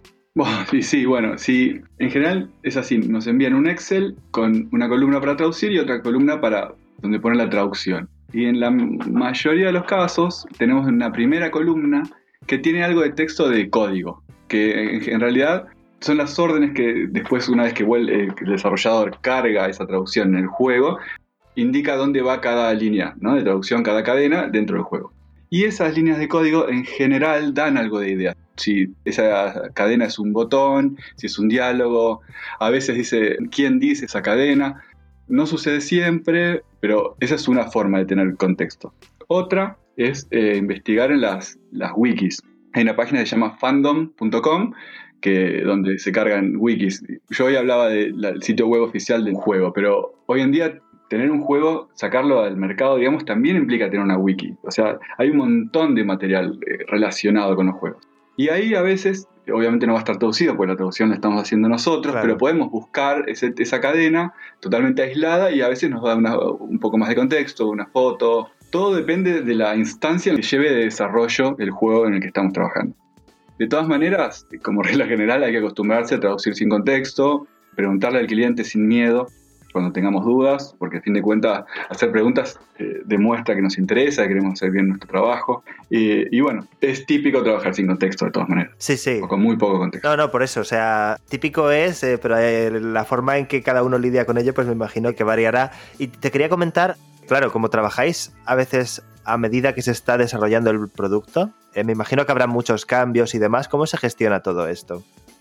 Sí, en general es así, nos envían un Excel con una columna para traducir y otra columna para donde ponen la traducción. Y en la mayoría de los casos tenemos una primera columna que tiene algo de texto de código, que en realidad son las órdenes que después, una vez que el desarrollador carga esa traducción en el juego, indica dónde va cada línea, ¿no?, de traducción, cada cadena dentro del juego. Y esas líneas de código en general dan algo de idea. Si esa cadena es un botón, si es un diálogo, a veces dice quién dice esa cadena. No sucede siempre, pero esa es una forma de tener contexto. Otra es investigar en las wikis. Hay una página que se llama fandom.com, donde se cargan wikis. Yo hoy hablaba del sitio web oficial del juego, pero hoy en día tener un juego, sacarlo al mercado, digamos, también implica tener una wiki. O sea, hay un montón de material relacionado con los juegos. Y ahí a veces, obviamente no va a estar traducido, porque la traducción la estamos haciendo nosotros, claro, pero podemos buscar esa cadena totalmente aislada y a veces nos da un poco más de contexto, una foto. Todo depende de la instancia que lleve de desarrollo el juego en el que estamos trabajando. De todas maneras, como regla general, hay que acostumbrarse a traducir sin contexto, preguntarle al cliente sin miedo cuando tengamos dudas, porque a fin de cuentas hacer preguntas demuestra que nos interesa, que queremos hacer bien nuestro trabajo. Y bueno, es típico trabajar sin contexto de todas maneras. Sí. O con muy poco contexto. No, por eso, o sea, típico es, pero la forma en que cada uno lidia con ello, pues me imagino que variará. Y te quería comentar, claro, como trabajáis a veces a medida que se está desarrollando el producto, me imagino que habrá muchos cambios y demás. ¿Cómo se gestiona todo esto?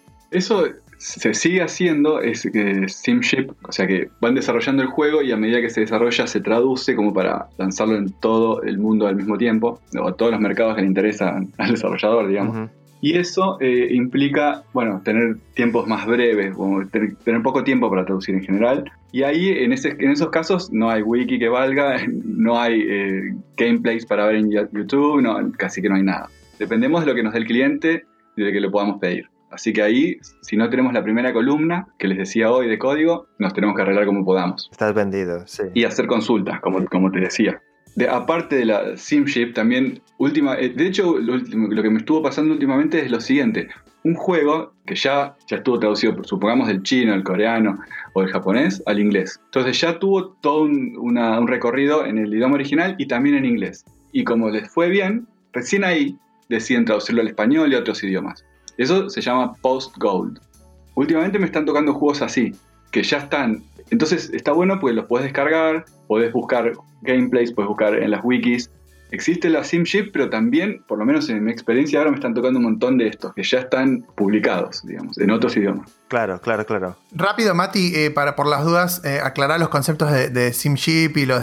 Eso se sigue haciendo, es SimShip, o sea que van desarrollando el juego y a medida que se desarrolla se traduce como para lanzarlo en todo el mundo al mismo tiempo, o a todos los mercados que le interesan al desarrollador, digamos. Uh-huh. Y eso implica, bueno, tener tiempos más breves, como tener poco tiempo para traducir en general. Y ahí, en esos casos, no hay wiki que valga, no hay gameplays para ver en YouTube, casi que no hay nada. Dependemos de lo que nos dé el cliente y de lo que le podamos pedir. Así que ahí, si no tenemos la primera columna, que les decía hoy de código, nos tenemos que arreglar como podamos. Estás vendido, sí. Y hacer consultas, como te decía. Aparte de la SimShip, también, de hecho, lo que me estuvo pasando últimamente es lo siguiente. Un juego que ya estuvo traducido, supongamos, del chino, el coreano o del japonés al inglés. Entonces ya tuvo todo un recorrido en el idioma original y también en inglés. Y como les fue bien, recién ahí deciden traducirlo al español y a otros idiomas. Eso se llama post-gold. Últimamente me están tocando juegos así, que ya están. Entonces está bueno porque los podés descargar, podés buscar gameplays, podés buscar en las wikis. Existe la SimShip, pero también, por lo menos en mi experiencia, ahora me están tocando un montón de estos, que ya están publicados, digamos, en otros idiomas. Claro. Rápido, Mati, por las dudas, aclarar los conceptos de SimShip y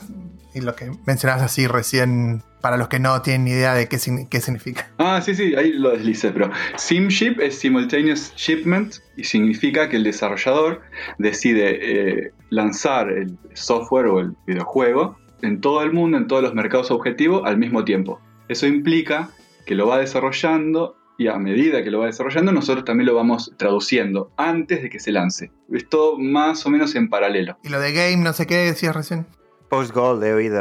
lo que mencionabas así recién, para los que no tienen ni idea de qué significa. Sí, ahí lo deslicé, pero SimShip es Simultaneous Shipment y significa que el desarrollador decide lanzar el software o el videojuego en todo el mundo, en todos los mercados objetivos al mismo tiempo. Eso implica que lo va desarrollando y a medida que lo va desarrollando nosotros también lo vamos traduciendo antes de que se lance. Es todo más o menos en paralelo. ¿Y lo de game no sé qué decías recién? Post-gold he oído.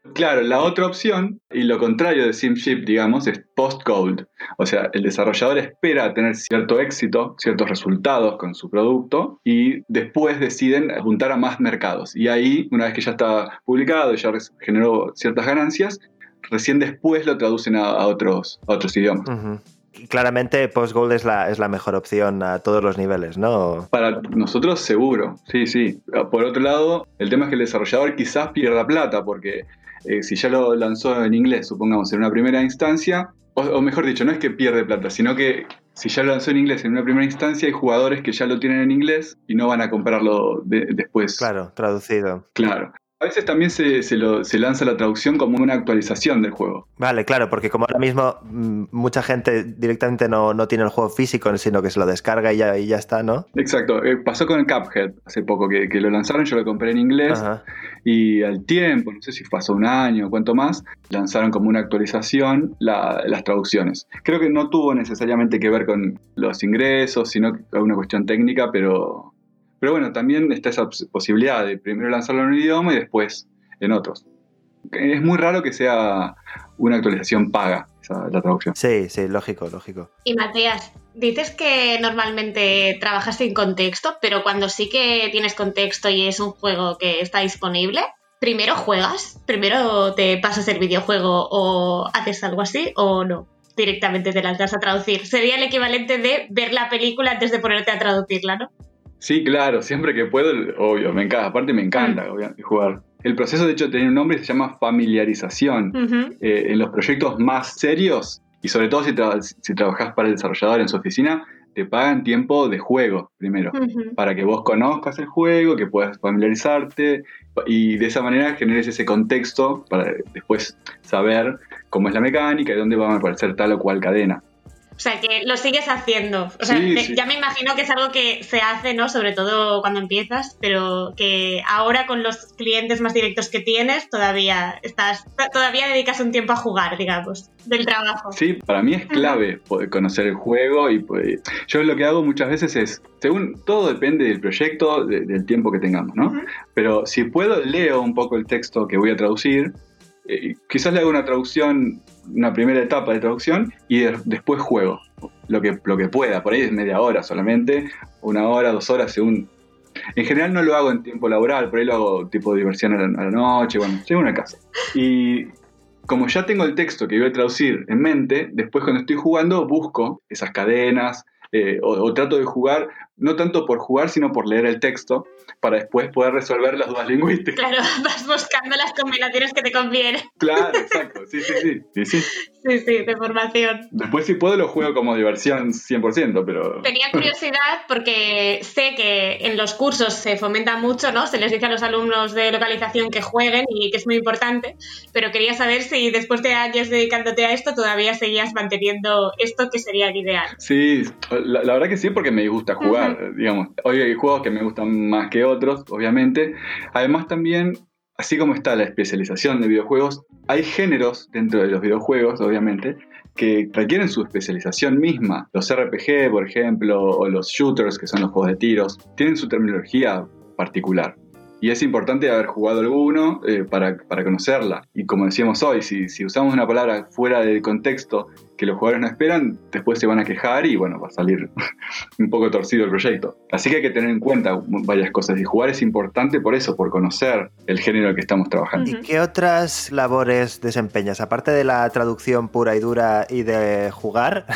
Claro, la otra opción, y lo contrario de SimShip, digamos, es post-gold. O sea, el desarrollador espera tener cierto éxito, ciertos resultados con su producto, y después deciden apuntar a más mercados. Y ahí, una vez que ya está publicado y ya generó ciertas ganancias, recién después lo traducen a otros idiomas. Uh-huh. Y claramente Post-Gold es la mejor opción a todos los niveles, ¿no? Para nosotros seguro, sí. Por otro lado, el tema es que el desarrollador quizás pierda plata, porque si ya lo lanzó en inglés, supongamos, en una primera instancia, o mejor dicho, no es que pierde plata, sino que si ya lo lanzó en inglés en una primera instancia, hay jugadores que ya lo tienen en inglés y no van a comprarlo después. Claro, traducido. Claro. A veces también se lanza la traducción como una actualización del juego. Vale, claro, porque como ahora mismo mucha gente directamente no tiene el juego físico, sino que se lo descarga y ya está, ¿no? Exacto. Pasó con el Cuphead hace poco, que lo lanzaron, yo lo compré en inglés. Ajá. Y al tiempo, no sé si pasó un año o cuánto más, lanzaron como una actualización las traducciones. Creo que no tuvo necesariamente que ver con los ingresos, sino que una cuestión técnica, pero bueno, también está esa posibilidad de primero lanzarlo en un idioma y después en otros. Es muy raro que sea una actualización paga, la traducción. Sí, lógico. Y Matías, dices que normalmente trabajas sin contexto, pero cuando sí que tienes contexto y es un juego que está disponible, ¿primero juegas? ¿Primero te pasas el videojuego o haces algo así o no? Directamente te lanzas a traducir. Sería el equivalente de ver la película antes de ponerte a traducirla, ¿no? Sí, claro, siempre que puedo, obvio, me encanta, aparte me encanta jugar. El proceso, de hecho, tiene un nombre y se llama familiarización. Uh-huh. En los proyectos más serios, y sobre todo si trabajás para el desarrollador en su oficina, te pagan tiempo de juego primero, para que vos conozcas el juego, que puedas familiarizarte, y de esa manera generes ese contexto para después saber cómo es la mecánica y dónde va a aparecer tal o cual cadena. O sea, que lo sigues haciendo. O sea, sí. Ya me imagino que es algo que se hace, ¿no? Sobre todo cuando empiezas, pero que ahora con los clientes más directos que tienes, todavía dedicas un tiempo a jugar, digamos, del trabajo. Sí, para mí es clave poder conocer el juego y yo lo que hago muchas veces es, según todo depende del proyecto, del tiempo que tengamos, ¿no? Pero si puedo, leo un poco el texto que voy a traducir. Quizás le hago una traducción, una primera etapa de traducción y después juego lo que pueda. Por ahí es media hora solamente, 1 hora, 2 horas según. En general no lo hago en tiempo laboral, por ahí lo hago tipo diversión a la noche, bueno, según el caso. Y como ya tengo el texto que voy a traducir en mente, después cuando estoy jugando busco esas cadenas o trato de jugar, no tanto por jugar, sino por leer el texto, para después poder resolver las dudas lingüísticas. Claro, vas buscando las combinaciones que te convienen. Claro, exacto, sí. Sí, de formación. Después si puedo lo juego como diversión 100%, pero... Tenía curiosidad porque sé que en los cursos se fomenta mucho, ¿no? Se les dice a los alumnos de localización que jueguen y que es muy importante, pero quería saber si después de años dedicándote a esto todavía seguías manteniendo esto que sería el ideal. Sí, la verdad que sí, porque me gusta jugar, digamos. Hoy hay juegos que me gustan más que otros, obviamente. Además también, así como está la especialización de videojuegos, hay géneros dentro de los videojuegos, obviamente, que requieren su especialización misma. Los RPG, por ejemplo, o los shooters, que son los juegos de tiros, tienen su terminología particular. Y es importante haber jugado alguno para conocerla. Y como decíamos hoy, si usamos una palabra fuera del contexto que los jugadores no esperan, después se van a quejar y bueno, va a salir un poco torcido el proyecto. Así que hay que tener en cuenta varias cosas. Y jugar es importante por eso, por conocer el género que estamos trabajando. ¿Y qué otras labores desempeñas? Aparte de la traducción pura y dura y de jugar...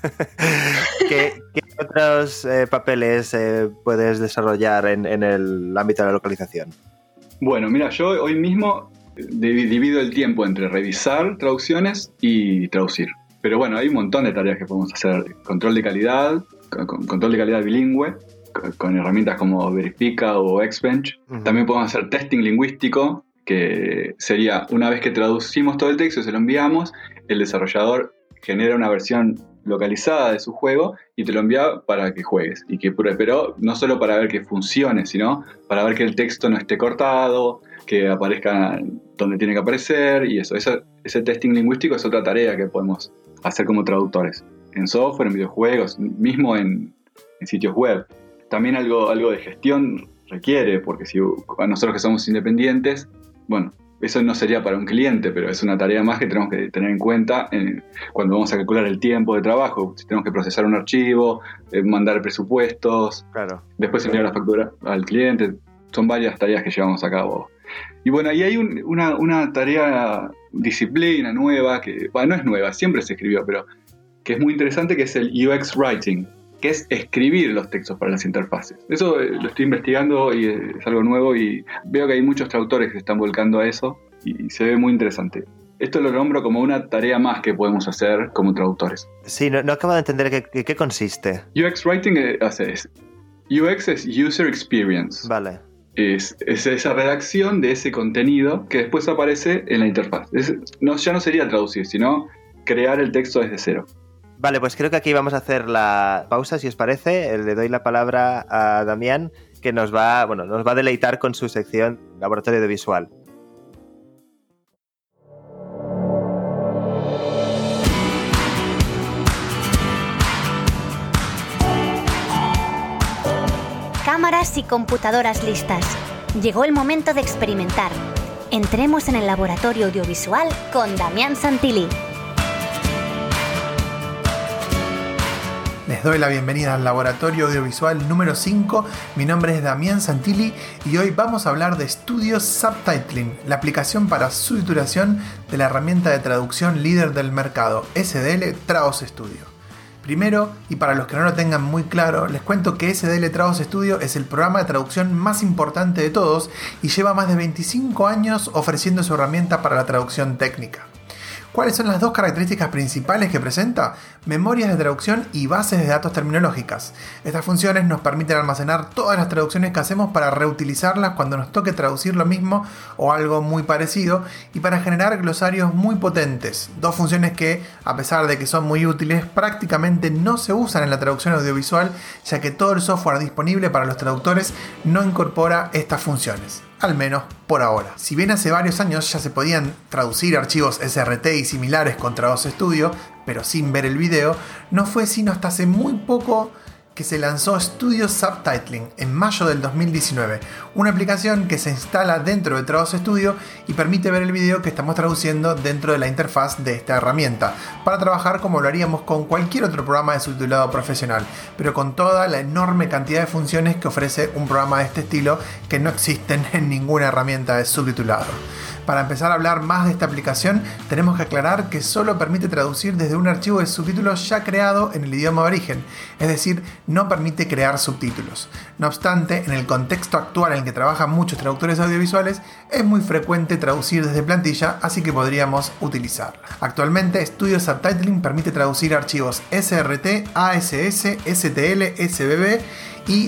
¿Qué otros papeles puedes desarrollar en el ámbito de la localización? Bueno, mira, yo hoy mismo divido el tiempo entre revisar traducciones y traducir. Pero bueno, hay un montón de tareas que podemos hacer. Control de calidad, control de calidad bilingüe, con herramientas como Verifica o Xbench. Uh-huh. También podemos hacer testing lingüístico, que sería una vez que traducimos todo el texto y se lo enviamos, el desarrollador genera una versión localizada de su juego y te lo envía para que juegues. Pero no solo para ver que funcione, sino para ver que el texto no esté cortado, que aparezca donde tiene que aparecer y eso. Ese testing lingüístico es otra tarea que podemos hacer como traductores. En software, en videojuegos, mismo en sitios web. También algo de gestión requiere, porque si nosotros que somos independientes, bueno, eso no sería para un cliente, pero es una tarea más que tenemos que tener en cuenta cuando vamos a calcular el tiempo de trabajo. Si tenemos que procesar un archivo, mandar presupuestos, Claro. después enviar la factura al cliente. Son varias tareas que llevamos a cabo. Y bueno, ahí hay una tarea, disciplina nueva, que no es nueva, siempre se escribió, pero que es muy interesante, que es el UX Writing, que es escribir los textos para las interfaces. Eso lo estoy investigando y es algo nuevo y veo que hay muchos traductores que se están volcando a eso y se ve muy interesante. Esto lo nombro como una tarea más que podemos hacer como traductores. Sí, no acabo de entender qué consiste. UX Writing UX es User Experience. Vale. Es esa redacción de ese contenido que después aparece en la interfaz. Ya no sería traducir, sino crear el texto desde cero. Vale, pues creo que aquí vamos a hacer la pausa, si os parece. Le doy la palabra a Damián, que nos va a deleitar con su sección Laboratorio Audiovisual. Cámaras y computadoras listas. Llegó el momento de experimentar. Entremos en el laboratorio audiovisual con Damián Santilli. Les doy la bienvenida al Laboratorio Audiovisual número 5. Mi nombre es Damián Santilli y hoy vamos a hablar de Studio Subtitling, la aplicación para subtitulación de la herramienta de traducción líder del mercado, SDL Trados Studio. Primero, y para los que no lo tengan muy claro, les cuento que SDL Trados Studio es el programa de traducción más importante de todos y lleva más de 25 años ofreciendo su herramienta para la traducción técnica. ¿Cuáles son las dos características principales que presenta? Memorias de traducción y bases de datos terminológicas. Estas funciones nos permiten almacenar todas las traducciones que hacemos para reutilizarlas cuando nos toque traducir lo mismo o algo muy parecido y para generar glosarios muy potentes. Dos funciones que, a pesar de que son muy útiles, prácticamente no se usan en la traducción audiovisual, ya que todo el software disponible para los traductores no incorpora estas funciones. Al menos por ahora. Si bien hace varios años ya se podían traducir archivos SRT y similares con Trados Studio, pero sin ver el video, no fue sino hasta hace muy poco que se lanzó Studio Subtitling en mayo del 2019, una aplicación que se instala dentro de Trados Studio y permite ver el video que estamos traduciendo dentro de la interfaz de esta herramienta, para trabajar como lo haríamos con cualquier otro programa de subtitulado profesional, pero con toda la enorme cantidad de funciones que ofrece un programa de este estilo que no existen en ninguna herramienta de subtitulado. Para empezar a hablar más de esta aplicación, tenemos que aclarar que solo permite traducir desde un archivo de subtítulos ya creado en el idioma de origen, es decir, no permite crear subtítulos. No obstante, en el contexto actual en el que trabajan muchos traductores audiovisuales, es muy frecuente traducir desde plantilla, así que podríamos utilizarla. Actualmente, Studio Subtitling permite traducir archivos SRT, ASS, STL, SBB y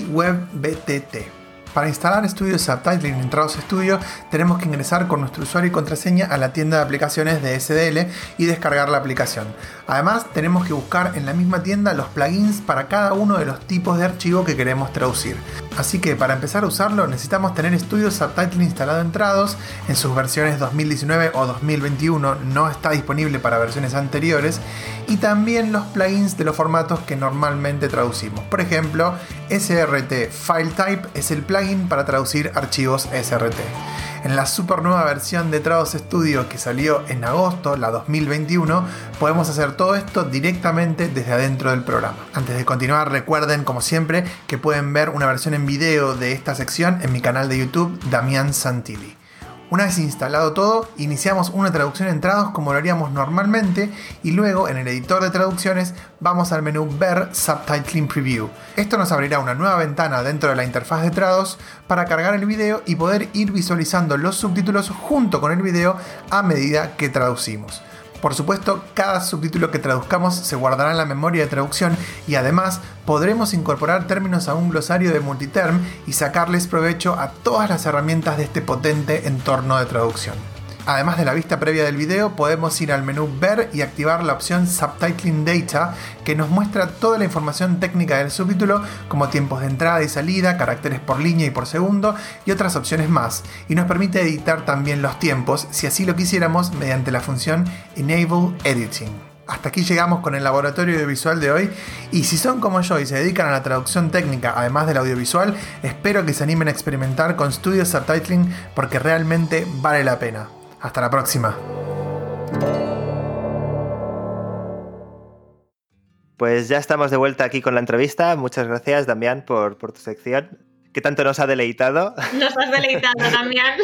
WebBTT. Para instalar Studio Subtitling en Trados Studio tenemos que ingresar con nuestro usuario y contraseña a la tienda de aplicaciones de SDL y descargar la aplicación. Además, tenemos que buscar en la misma tienda los plugins para cada uno de los tipos de archivo que queremos traducir. Así que para empezar a usarlo necesitamos tener Studio Subtitling instalado en Trados en sus versiones 2019 o 2021, no está disponible para versiones anteriores, y también los plugins de los formatos que normalmente traducimos. Por ejemplo, SRT File Type es el plugin para traducir archivos SRT. En la super nueva versión de Trados Studio que salió en agosto, la 2021, podemos hacer todo esto directamente desde adentro del programa. Antes de continuar, recuerden, como siempre, que pueden ver una versión en video de esta sección en mi canal de YouTube, Damián Santilli. Una vez instalado todo, iniciamos una traducción en Trados como lo haríamos normalmente y luego en el editor de traducciones vamos al menú Ver Subtitling Preview. Esto nos abrirá una nueva ventana dentro de la interfaz de Trados para cargar el video y poder ir visualizando los subtítulos junto con el video a medida que traducimos. Por supuesto, cada subtítulo que traduzcamos se guardará en la memoria de traducción y además podremos incorporar términos a un glosario de multiterm y sacarles provecho a todas las herramientas de este potente entorno de traducción. Además de la vista previa del video, podemos ir al menú Ver y activar la opción Subtitling Data, que nos muestra toda la información técnica del subtítulo, como tiempos de entrada y salida, caracteres por línea y por segundo, y otras opciones más, y nos permite editar también los tiempos, si así lo quisiéramos, mediante la función Enable Editing. Hasta aquí llegamos con el laboratorio audiovisual de hoy, y si son como yo y se dedican a la traducción técnica además del audiovisual, espero que se animen a experimentar con Studio Subtitling porque realmente vale la pena. Hasta la próxima. Pues ya estamos de vuelta aquí con la entrevista. Muchas gracias, Damián, por tu sección. ¿Qué tanto nos ha deleitado? Nos has deleitado, Damián.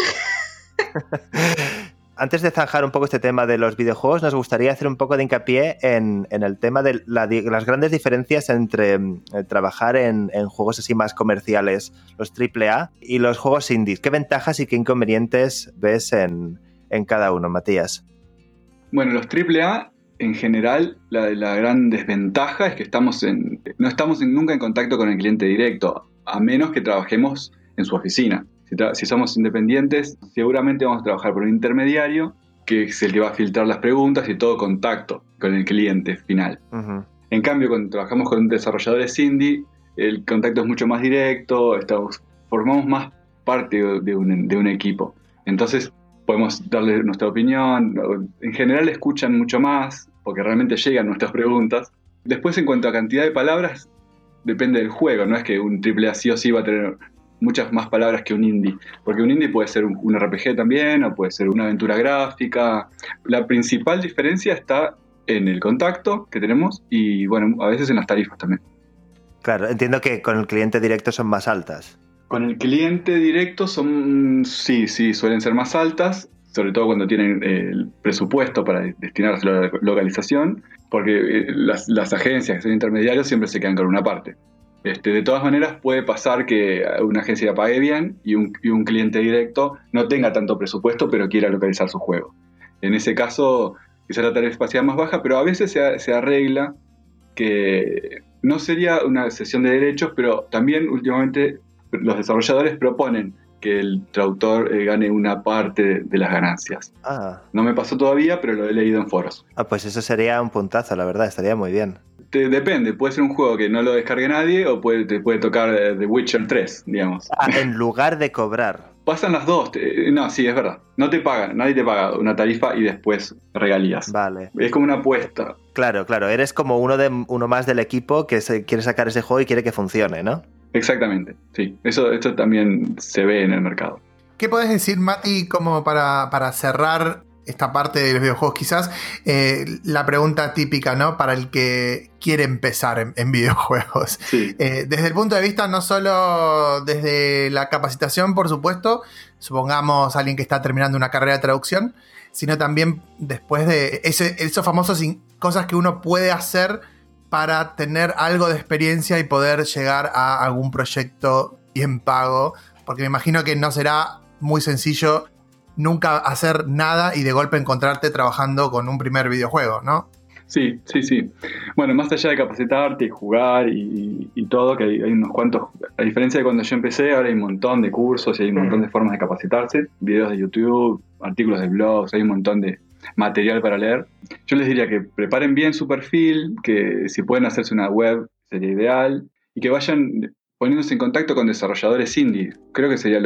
Antes de zanjar un poco este tema de los videojuegos, nos gustaría hacer un poco de hincapié en el tema de las grandes diferencias entre trabajar en juegos así más comerciales, los AAA, y los juegos indies. ¿Qué ventajas y qué inconvenientes ves en cada uno, Matías? Bueno, los AAA, en general, la gran desventaja es que no estamos nunca en contacto con el cliente directo, a menos que trabajemos en su oficina. Si somos independientes, seguramente vamos a trabajar por un intermediario, que es el que va a filtrar las preguntas y todo contacto con el cliente final. Uh-huh. En cambio, cuando trabajamos con desarrolladores indie, el contacto es mucho más directo, formamos más parte de un equipo. Entonces, podemos darle nuestra opinión. En general, escuchan mucho más, porque realmente llegan nuestras preguntas. Después, en cuanto a cantidad de palabras, depende del juego. No es que un AAA sí o sí va a tener muchas más palabras que un indie, porque un indie puede ser un RPG también, o puede ser una aventura gráfica. La principal diferencia está en el contacto que tenemos y, bueno, a veces en las tarifas también. Claro, entiendo que con el cliente directo son más altas. Con el cliente directo sí, suelen ser más altas, sobre todo cuando tienen el presupuesto para destinarse a la localización, porque las agencias que son intermediarios siempre se quedan con una parte. De todas maneras, puede pasar que una agencia pague bien y un cliente directo no tenga tanto presupuesto, pero quiera localizar su juego. En ese caso, quizá la tarifa sea más baja, pero a veces se arregla que no sería una cesión de derechos, pero también últimamente los desarrolladores proponen que el traductor gane una parte de las ganancias. No me pasó todavía, pero lo he leído en foros. Pues eso sería un puntazo, la verdad, estaría muy bien. Depende, puede ser un juego que no lo descargue nadie o te puede tocar The Witcher 3, digamos. En lugar de cobrar. Pasan las dos. No, sí, es verdad. No te pagan, nadie te paga una tarifa y después regalías. Vale. Es como una apuesta. Claro, eres como uno más del equipo que quiere sacar ese juego y quiere que funcione, ¿no? Exactamente, sí. Esto también se ve en el mercado. ¿Qué podés decir, Mati, como para cerrar esta parte de los videojuegos? Quizás la pregunta típica, ¿no? Para el que quiere empezar en videojuegos. Sí. Desde el punto de vista no solo desde la capacitación, por supuesto, supongamos alguien que está terminando una carrera de traducción, sino también después de esos famosos cosas que uno puede hacer para tener algo de experiencia y poder llegar a algún proyecto bien pago, porque me imagino que no será muy sencillo nunca hacer nada y de golpe encontrarte trabajando con un primer videojuego, ¿no? Sí. Bueno, más allá de capacitarte y jugar y todo, que hay unos cuantos, a diferencia de cuando yo empecé, ahora hay un montón de cursos y hay un montón de formas de capacitarse, videos de YouTube, artículos de blogs, hay un montón de material para leer. Yo les diría que preparen bien su perfil, que si pueden hacerse una web sería ideal, y que vayan poniéndose en contacto con desarrolladores indie. Creo que sería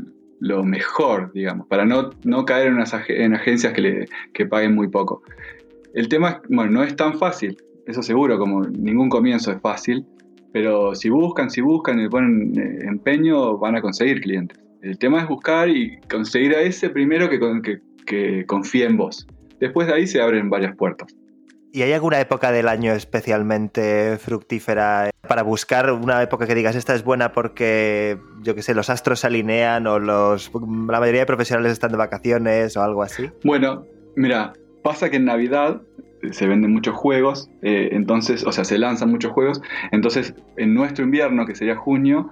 lo mejor, digamos, para no caer en agencias que paguen muy poco. El tema, bueno, no es tan fácil, eso seguro, como ningún comienzo es fácil, pero si buscan y le ponen empeño, van a conseguir clientes. El tema es buscar y conseguir a ese primero que confíe en vos. Después de ahí se abren varias puertas. ¿Y hay alguna época del año especialmente fructífera para buscar una época que digas esta es buena porque, yo qué sé, los astros se alinean o la mayoría de profesionales están de vacaciones o algo así? Bueno, mira, pasa que en Navidad se venden muchos juegos, se lanzan muchos juegos, entonces en nuestro invierno, que sería junio,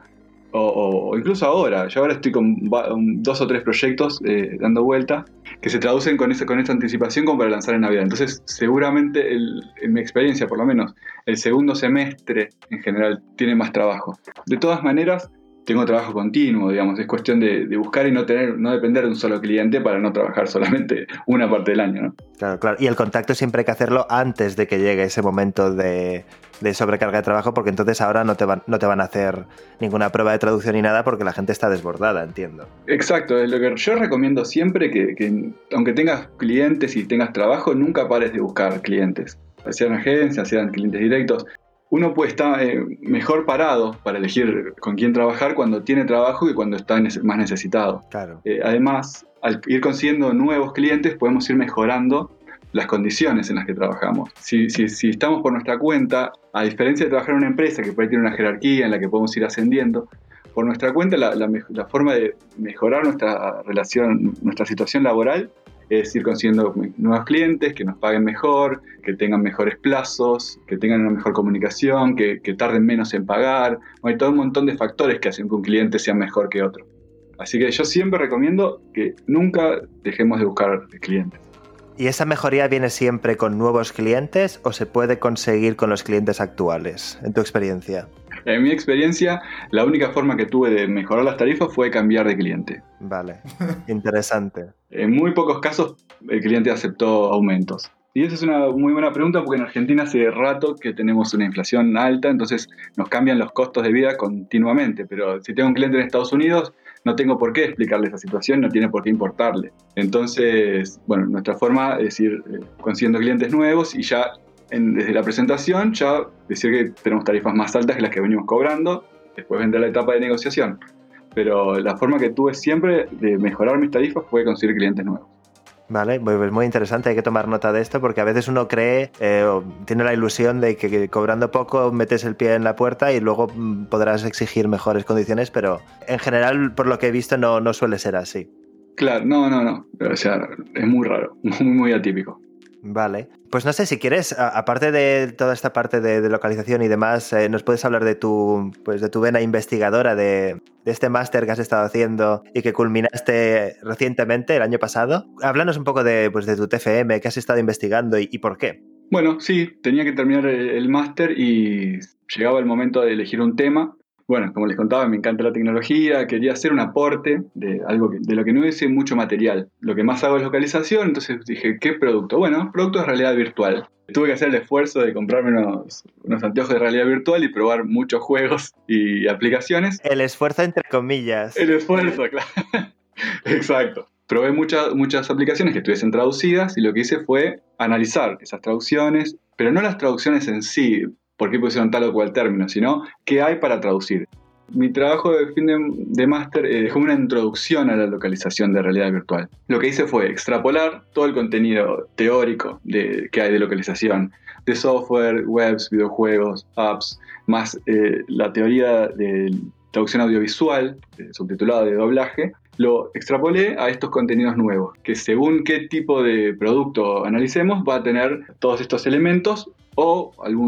o incluso ahora, yo ahora estoy con 2 o 3 proyectos dando vuelta que se traducen con esta anticipación como para lanzar en Navidad. Entonces seguramente en mi experiencia por lo menos el segundo semestre en general tiene más trabajo. De todas maneras tengo trabajo continuo, digamos, es cuestión de buscar y no depender de un solo cliente para no trabajar solamente una parte del año, ¿no? Claro, y el contacto siempre hay que hacerlo antes de que llegue ese momento de sobrecarga de trabajo, porque entonces ahora no te van a hacer ninguna prueba de traducción ni nada porque la gente está desbordada, entiendo. Exacto, es lo que yo recomiendo siempre, que aunque tengas clientes y tengas trabajo, nunca pares de buscar clientes, sean agencias, sean clientes directos. uno puede estar mejor parado para elegir con quién trabajar cuando tiene trabajo que cuando está más necesitado. Claro. Además, al ir consiguiendo nuevos clientes, podemos ir mejorando las condiciones en las que trabajamos. Si estamos por nuestra cuenta, a diferencia de trabajar en una empresa que por ahí tiene una jerarquía en la que podemos ir ascendiendo, por nuestra cuenta la forma de mejorar nuestra relación, nuestra situación laboral, es ir consiguiendo nuevos clientes que nos paguen mejor, que tengan mejores plazos, que tengan una mejor comunicación, que tarden menos en pagar. Hay todo un montón de factores que hacen que un cliente sea mejor que otro. Así que yo siempre recomiendo que nunca dejemos de buscar clientes. ¿Y esa mejoría viene siempre con nuevos clientes o se puede conseguir con los clientes actuales, en tu experiencia? En mi experiencia, la única forma que tuve de mejorar las tarifas fue cambiar de cliente. Vale, interesante. En muy pocos casos el cliente aceptó aumentos. Y esa es una muy buena pregunta porque en Argentina hace rato que tenemos una inflación alta, entonces nos cambian los costos de vida continuamente. Pero si tengo un cliente en Estados Unidos, no tengo por qué explicarle esa situación, no tiene por qué importarle. Entonces, bueno, nuestra forma es ir consiguiendo clientes nuevos y ya desde la presentación ya decir que tenemos tarifas más altas que las que venimos cobrando, después vendrá la etapa de negociación. Pero la forma que tuve siempre de mejorar mis tarifas fue conseguir clientes nuevos. Vale, pues muy interesante, hay que tomar nota de esto porque a veces uno cree o tiene la ilusión de que cobrando poco metes el pie en la puerta y luego podrás exigir mejores condiciones, pero en general, por lo que he visto, no suele ser así. Claro, no. O sea, es muy raro, muy atípico. Vale, pues no sé, si quieres, aparte de toda esta parte de localización y demás, nos puedes hablar de tu vena investigadora, de este máster que has estado haciendo y que culminaste recientemente, el año pasado. Háblanos un poco de tu TFM, qué has estado investigando y por qué. Bueno, sí, tenía que terminar el máster y llegaba el momento de elegir un tema. Bueno, como les contaba, me encanta la tecnología, quería hacer un aporte de algo de lo que no hice mucho material. Lo que más hago es localización, entonces dije, ¿qué producto? Bueno, producto de realidad virtual. Tuve que hacer el esfuerzo de comprarme unos anteojos de realidad virtual y probar muchos juegos y aplicaciones. El esfuerzo entre comillas. El esfuerzo, claro. Exacto. Probé muchas aplicaciones que estuviesen traducidas y lo que hice fue analizar esas traducciones, pero no las traducciones en sí, por qué pusieron tal o cual término, sino qué hay para traducir. Mi trabajo de fin de máster dejó una introducción a la localización de realidad virtual. Lo que hice fue extrapolar todo el contenido teórico que hay de localización, de software, webs, videojuegos, apps, más la teoría de traducción audiovisual, subtitulada de doblaje. Lo extrapolé a estos contenidos nuevos, que según qué tipo de producto analicemos, va a tener todos estos elementos o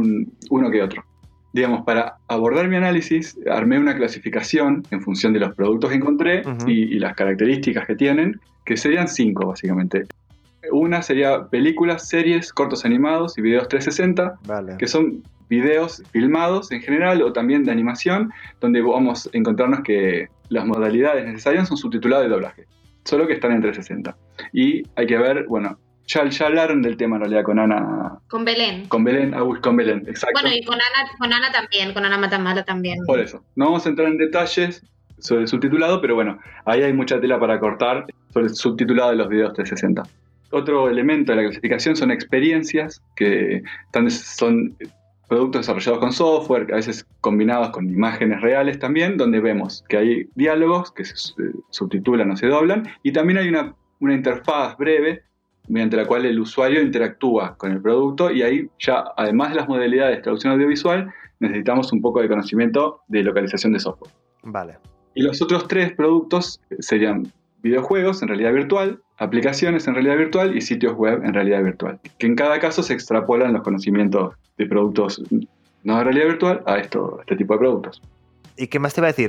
uno que otro. Digamos, para abordar mi análisis, armé una clasificación en función de los productos que encontré y las características que tienen, que serían 5 básicamente. Una sería películas, series, cortos animados y videos 360, vale, que son videos filmados en general o también de animación, donde vamos a encontrarnos que las modalidades necesarias son subtitulado y doblaje, solo que están en 360. Y hay que ver, bueno, ya hablaron del tema en realidad con Ana. Con Belén. Con Belén, exacto. Bueno, y con Ana también, con Ana Matamala también. Por eso. No vamos a entrar en detalles sobre el subtitulado, pero bueno, ahí hay mucha tela para cortar sobre el subtitulado de los videos 360. Otro elemento de la clasificación son experiencias, que son productos desarrollados con software, a veces combinados con imágenes reales también, donde vemos que hay diálogos que se subtitulan o se doblan, y también hay una interfaz breve mediante la cual el usuario interactúa con el producto, y ahí ya, además de las modalidades de traducción audiovisual, necesitamos un poco de conocimiento de localización de software. Vale. Y los otros 3 productos serían videojuegos en realidad virtual, aplicaciones en realidad virtual y sitios web en realidad virtual, que en cada caso se extrapolan los conocimientos de productos no de realidad virtual a este tipo de productos. ¿Y qué más te iba a decir?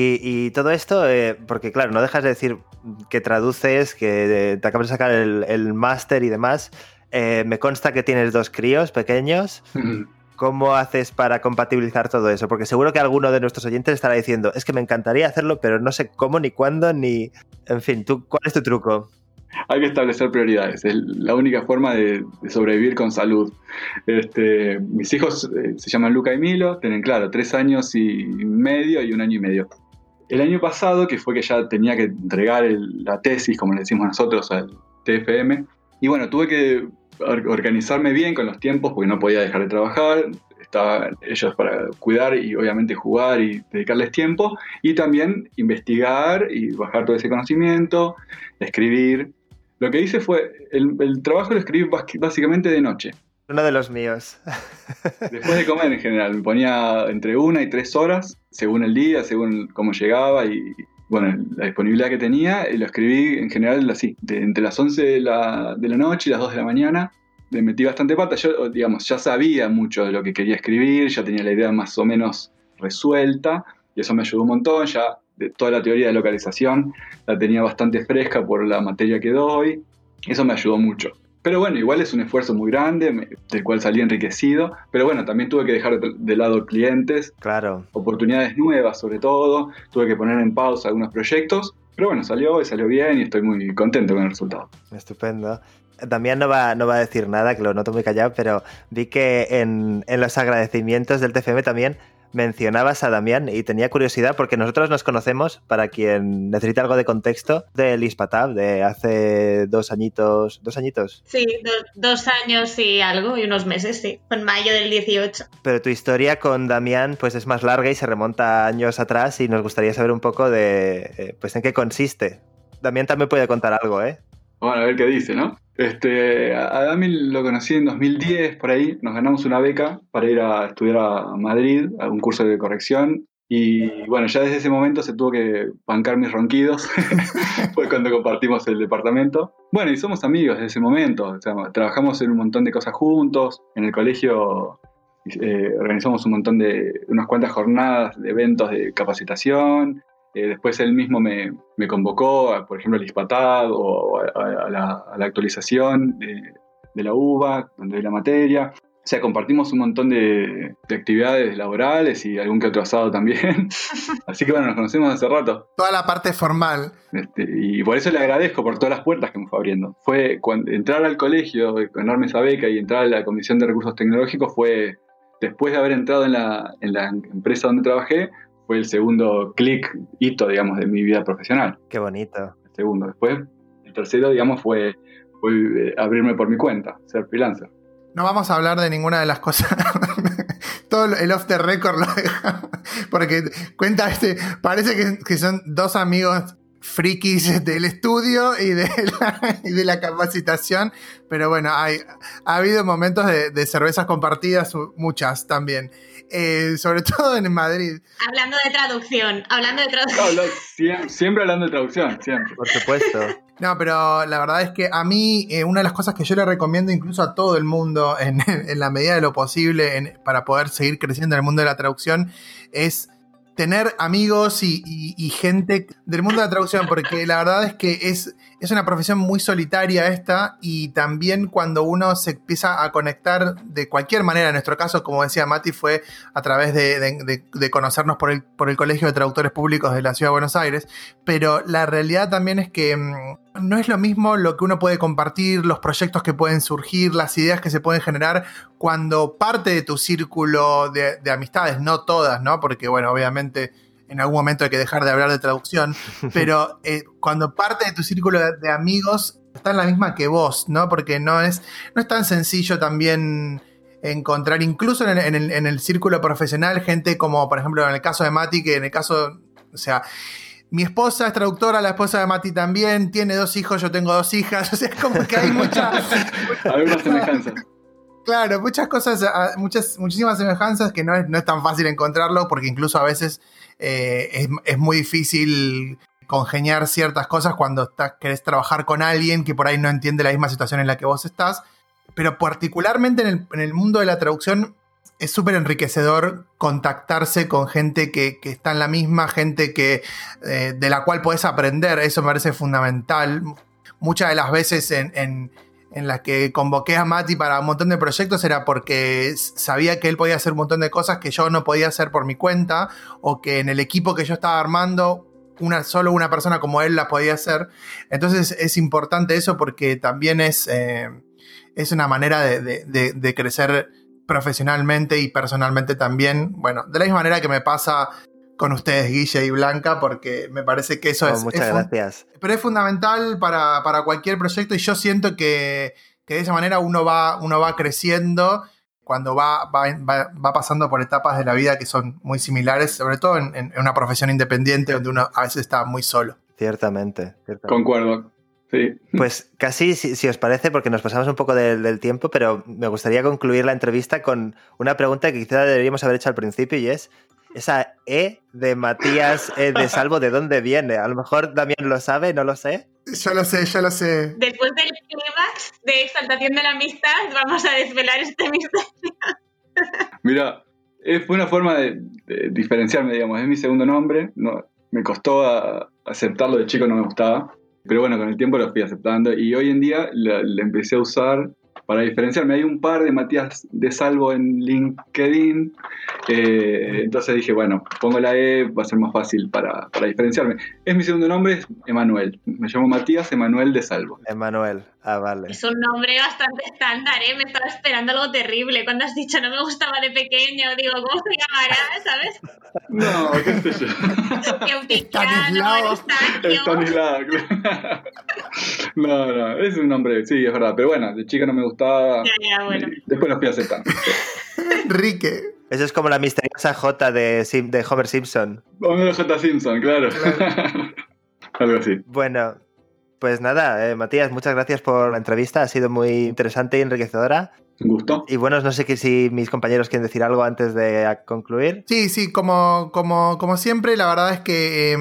Y todo esto, porque claro, no dejas de decir que traduces, que te acabas de sacar el máster y demás. Me consta que tienes 2 críos pequeños. ¿Cómo haces para compatibilizar todo eso? Porque seguro que alguno de nuestros oyentes estará diciendo, es que me encantaría hacerlo, pero no sé cómo, ni cuándo, ni... En fin, ¿cuál es tu truco? Hay que establecer prioridades, es la única forma de sobrevivir con salud. Mis hijos se llaman Luca y Milo, tienen, claro, 3 años y medio y 1 año y medio. El año pasado, que fue que ya tenía que entregar la tesis, como le decimos nosotros, al TFM, y bueno, tuve que organizarme bien con los tiempos porque no podía dejar de trabajar, estaban ellos para cuidar y obviamente jugar y dedicarles tiempo, y también investigar y bajar todo ese conocimiento, escribir. Lo que hice fue, el trabajo lo escribí básicamente de noche. Uno de los míos. Después de comer en general, me ponía entre 1 y 3 horas, según el día, según cómo llegaba y bueno, la disponibilidad que tenía, y lo escribí en general así, entre las 11 de la noche y las 2 de la mañana. Le metí bastante pata. Yo, digamos, ya sabía mucho de lo que quería escribir, ya tenía la idea más o menos resuelta, y eso me ayudó un montón. Ya de toda la teoría de localización la tenía bastante fresca por la materia que doy, eso me ayudó mucho. Pero bueno, igual es un esfuerzo muy grande, del cual salí enriquecido, pero bueno, también tuve que dejar de lado clientes, Claro. oportunidades nuevas sobre todo, tuve que poner en pausa algunos proyectos, pero bueno, salió bien y estoy muy contento con el resultado. Estupendo. Damián no va a decir nada, que lo noto muy callado, pero vi que en los agradecimientos del TFM también mencionabas a Damián y tenía curiosidad porque nosotros nos conocemos, para quien necesita algo de contexto, del ISPATAB de hace 2 añitos. ¿2 añitos? Sí, 2 años y algo, y unos meses, sí. Fue en mayo del 18. Pero tu historia con Damián pues es más larga y se remonta a años atrás, y nos gustaría saber un poco de pues en qué consiste. Damián también puede contar algo, ¿eh? Bueno, a ver qué dice, ¿no? A Dami lo conocí en 2010, por ahí. Nos ganamos una beca para ir a estudiar a Madrid, a un curso de corrección. Y bueno, ya desde ese momento se tuvo que bancar mis ronquidos. Fue cuando compartimos el departamento. Bueno, y somos amigos desde ese momento. O sea, trabajamos en un montón de cosas juntos. En el colegio organizamos unas cuantas jornadas de eventos de capacitación. Después él mismo me convocó, por ejemplo, al ISPATAD o a la actualización de la UBA, donde hay la materia. O sea, compartimos un montón de actividades laborales y algún que otro asado también. Así que bueno, nos conocemos hace rato. Toda la parte formal. Y por eso le agradezco por todas las puertas que me fue abriendo. Fue cuando entrar al colegio, ganarme esa beca y entrar a la Comisión de Recursos Tecnológicos, fue después de haber entrado en la empresa donde trabajé, fue el segundo hito, digamos, de mi vida profesional. Qué bonito. El segundo. Después, el tercero, digamos, fue abrirme por mi cuenta, ser freelancer. No vamos a hablar de ninguna de las cosas. Todo el off the record lo dejamos. Porque parece que son 2 amigos frikis del estudio y de la capacitación. Pero bueno, ha habido momentos de cervezas compartidas, muchas también. Sobre todo en Madrid. Hablando de traducción. Siempre hablando de traducción, siempre. Por supuesto. No, pero la verdad es que a mí una de las cosas que yo le recomiendo incluso a todo el mundo en la medida de lo posible para poder seguir creciendo en el mundo de la traducción es tener amigos y gente del mundo de la traducción, porque la verdad es que es una profesión muy solitaria esta, y también cuando uno se empieza a conectar de cualquier manera, en nuestro caso, como decía Mati, fue a través de conocernos por el Colegio de Traductores Públicos de la Ciudad de Buenos Aires, pero la realidad también es que no es lo mismo lo que uno puede compartir, los proyectos que pueden surgir, las ideas que se pueden generar cuando parte de tu círculo de amistades, no todas, ¿no? Porque, bueno, obviamente en algún momento hay que dejar de hablar de traducción, pero cuando parte de tu círculo de amigos está en la misma que vos, ¿no? Porque no es tan sencillo también encontrar, incluso en el círculo profesional, gente como, por ejemplo, en el caso de Mati, que en el caso, o sea, mi esposa es traductora, la esposa de Mati también, tiene 2 hijos, yo tengo 2 hijas, o sea, es como que hay algunas semejanzas. Claro, muchas cosas, muchísimas semejanzas que no es tan fácil encontrarlo, porque incluso a veces es muy difícil congeniar ciertas cosas cuando querés trabajar con alguien que por ahí no entiende la misma situación en la que vos estás. Pero particularmente en el mundo de la traducción es súper enriquecedor contactarse con gente que está en la misma, gente de la cual podés aprender. Eso me parece fundamental. Muchas de las veces en las que convoqué a Mati para un montón de proyectos era porque sabía que él podía hacer un montón de cosas que yo no podía hacer por mi cuenta, o que en el equipo que yo estaba armando solo una persona como él la podía hacer. Entonces es importante eso, porque también es una manera de crecer profesionalmente y personalmente también. Bueno, de la misma manera que me pasa con ustedes, Guille y Blanca, porque me parece que eso muchas gracias. Pero es fundamental para cualquier proyecto, y yo siento que de esa manera uno va creciendo cuando va pasando por etapas de la vida que son muy similares, sobre todo en una profesión independiente donde uno a veces está muy solo. Ciertamente. Concuerdo. Sí. Pues casi, si os parece, porque nos pasamos un poco del tiempo, pero me gustaría concluir la entrevista con una pregunta que quizá deberíamos haber hecho al principio, y es esa E de Matías de Salvo, ¿de dónde viene? A lo mejor Damián lo sabe, no lo sé. Yo lo sé. Después del clímax de exaltación de la amistad, vamos a desvelar este misterio. Mira, fue una forma de diferenciarme, digamos. Es mi segundo nombre. No, me costó aceptarlo, de chico no me gustaba. Pero bueno, con el tiempo lo fui aceptando y hoy en día le empecé a usar para diferenciarme. Hay un par de Matías de Salvo en LinkedIn, entonces dije, bueno, pongo la E, va a ser más fácil para diferenciarme. Es mi segundo nombre, es Emanuel. Me llamo Matías Emanuel de Salvo. Emanuel, vale. Es un nombre bastante estándar, ¿eh? Me estaba esperando algo terrible. Cuando has dicho no me gustaba de pequeño, digo, ¿cómo se llamará? ¿Sabes? No, qué sé yo. Estanislao. Estanislao, claro. No, es un nombre, sí, es verdad. Pero bueno, de chica no me gustaba. Ya, bueno. Después lo fui aceptando. Enrique. Eso es como la misteriosa J de Homer Simpson. Homero J. Simpson, claro. Algo así. Bueno, pues nada, Matías, muchas gracias por la entrevista. Ha sido muy interesante y enriquecedora. Un gusto. Y bueno, no sé si mis compañeros quieren decir algo antes de concluir. Sí, como siempre, la verdad es que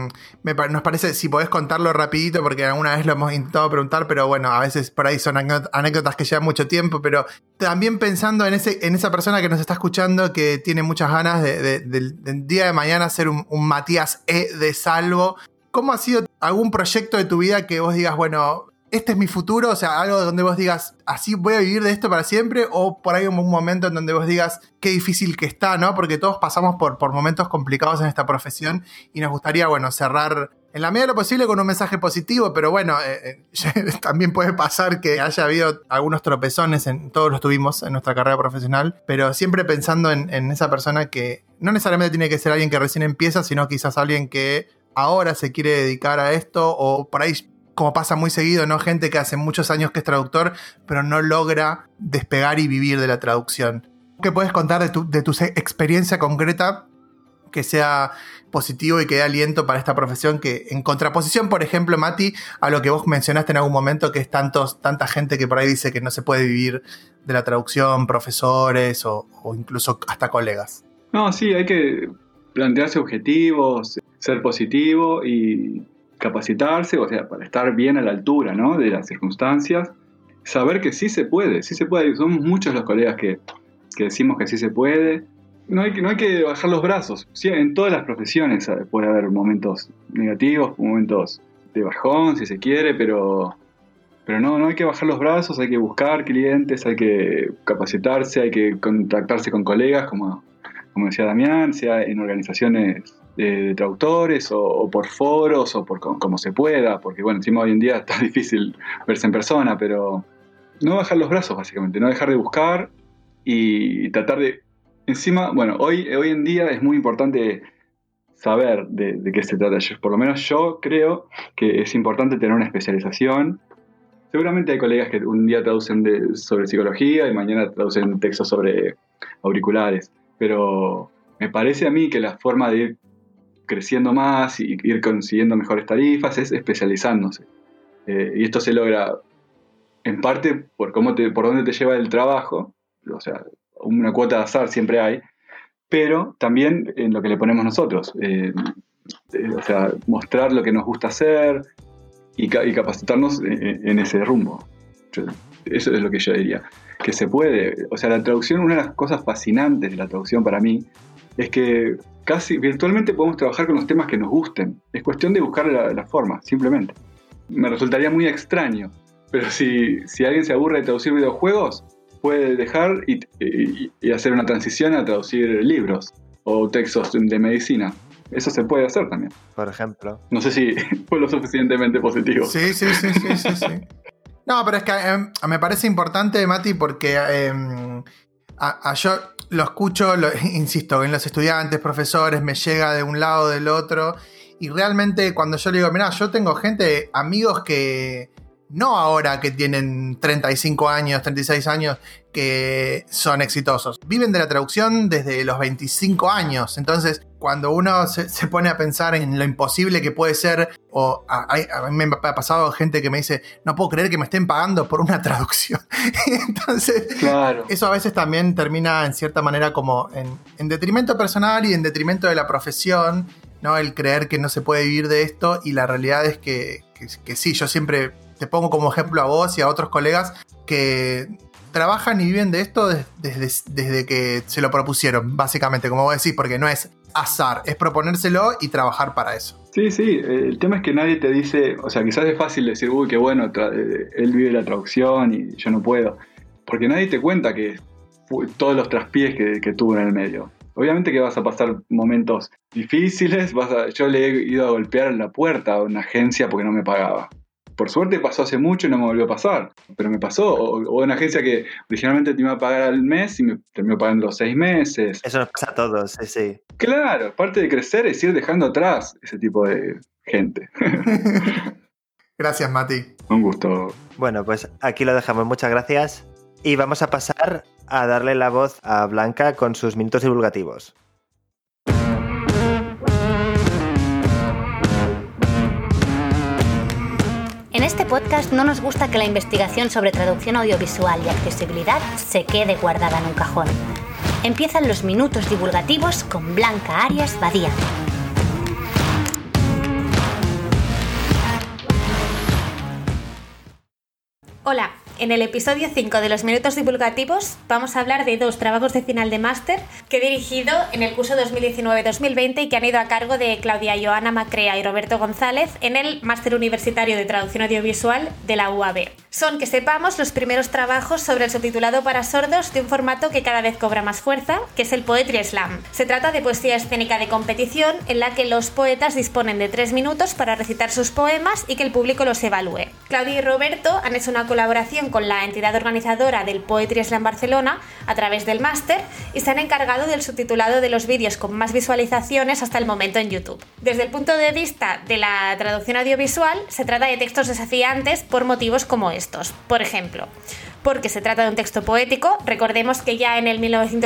nos parece, si podés contarlo rapidito, porque alguna vez lo hemos intentado preguntar, pero bueno, a veces por ahí son anécdotas que llevan mucho tiempo, pero también pensando en esa persona que nos está escuchando, que tiene muchas ganas del día de mañana ser un Matías E. de Salvo. ¿Cómo ha sido algún proyecto de tu vida que vos digas, bueno, este es mi futuro? O sea, algo donde vos digas, así voy a vivir de esto para siempre, o por ahí un momento en donde vos digas, qué difícil que está, ¿no? Porque todos pasamos por momentos complicados en esta profesión y nos gustaría, bueno, cerrar en la medida de lo posible con un mensaje positivo, pero bueno, también puede pasar que haya habido algunos tropezones, todos los tuvimos en nuestra carrera profesional, pero siempre pensando en esa persona que no necesariamente tiene que ser alguien que recién empieza, sino quizás alguien que ahora se quiere dedicar a esto, o por ahí, como pasa muy seguido, ¿no? Gente que hace muchos años que es traductor, pero no logra despegar y vivir de la traducción. ¿Qué puedes contar de tu experiencia concreta que sea positivo y que dé aliento para esta profesión, que en contraposición, por ejemplo, Mati, a lo que vos mencionaste en algún momento, que es tanta gente que por ahí dice que no se puede vivir de la traducción, profesores o incluso hasta colegas? No, sí, hay que plantearse objetivos, ser positivo y capacitarse, o sea, para estar bien a la altura, ¿no?, de las circunstancias, saber que sí se puede, somos muchos los colegas que decimos que sí se puede. No hay que bajar los brazos. Sí, en todas las profesiones puede haber momentos negativos, momentos de bajón, si se quiere, pero no hay que bajar los brazos, hay que buscar clientes, hay que capacitarse, hay que contactarse con colegas, como decía Damián, sea en organizaciones de traductores o por foros o por como se pueda, porque bueno, encima hoy en día está difícil verse en persona, pero no bajar los brazos básicamente, no dejar de buscar y tratar de... Encima, bueno, hoy en día es muy importante saber de qué se trata. Por lo menos yo creo que es importante tener una especialización. Seguramente hay colegas que un día traducen sobre psicología y mañana traducen textos sobre auriculares, pero me parece a mí que la forma de ir creciendo más y ir consiguiendo mejores tarifas es especializándose. Y esto se logra en parte por dónde te lleva el trabajo, o sea, una cuota de azar siempre hay, pero también en lo que le ponemos nosotros. O sea, mostrar lo que nos gusta hacer y capacitarnos en ese rumbo. Eso es lo que yo diría, que se puede. O sea, la traducción, una de las cosas fascinantes de la traducción para mí es que casi virtualmente podemos trabajar con los temas que nos gusten. Es cuestión de buscar la forma, simplemente. Me resultaría muy extraño, pero si alguien se aburre de traducir videojuegos, puede dejar y hacer una transición a traducir libros o textos de medicina. Eso se puede hacer también. Por ejemplo. No sé si fue lo suficientemente positivo. Sí. No, pero es que me parece importante, Mati, porque yo lo escucho, insisto, en los estudiantes, profesores, me llega de un lado, del otro, y realmente cuando yo le digo, mirá, yo tengo amigos que no ahora que tienen 35 años, 36 años, que son exitosos. Viven de la traducción desde los 25 años. Entonces, cuando uno se pone a pensar en lo imposible que puede ser, o a mí me ha pasado gente que me dice, no puedo creer que me estén pagando por una traducción. Entonces, claro, eso a veces también termina en cierta manera como en detrimento personal y en detrimento de la profesión, ¿no? El creer que no se puede vivir de esto, y la realidad es que sí, yo siempre te pongo como ejemplo a vos y a otros colegas que trabajan y viven de esto desde que se lo propusieron, básicamente, como vos decís, porque no es azar, es proponérselo y trabajar para eso. Sí, el tema es que nadie te dice, o sea, quizás es fácil decir, uy, qué bueno, él vive la traducción y yo no puedo, porque nadie te cuenta que todos los traspiés que tuvo en el medio. Obviamente que vas a pasar momentos difíciles, yo le he ido a golpear en la puerta a una agencia porque no me pagaba. Por suerte pasó hace mucho y no me volvió a pasar, pero me pasó. O una agencia que originalmente te iba a pagar al mes y me terminó pagando los 6 meses. Eso nos pasa a todos, sí. Claro, parte de crecer es ir dejando atrás ese tipo de gente. Gracias, Mati. Un gusto. Bueno, pues aquí lo dejamos. Muchas gracias. Y vamos a pasar a darle la voz a Blanca con sus minutos divulgativos. En este podcast no nos gusta que la investigación sobre traducción audiovisual y accesibilidad se quede guardada en un cajón. Empiezan los minutos divulgativos con Blanca Arias Badía. Hola, en el episodio 5 de los minutos divulgativos vamos a hablar de 2 trabajos de final de máster que he dirigido en el curso 2019-2020 y que han ido a cargo de Claudia Joana Macrea y Roberto González en el Máster Universitario de Traducción Audiovisual de la UAB. Son, que sepamos, los primeros trabajos sobre el subtitulado para sordos de un formato que cada vez cobra más fuerza, que es el Poetry Slam. Se trata de poesía escénica de competición en la que los poetas disponen de 3 minutos para recitar sus poemas y que el público los evalúe. Claudia y Roberto han hecho una colaboración con la entidad organizadora del Poetry Slam Barcelona a través del máster y se han encargado del subtitulado de los vídeos con más visualizaciones hasta el momento en YouTube. Desde el punto de vista de la traducción audiovisual, se trata de textos desafiantes por motivos como estos. Por ejemplo, porque se trata de un texto poético. Recordemos que ya en el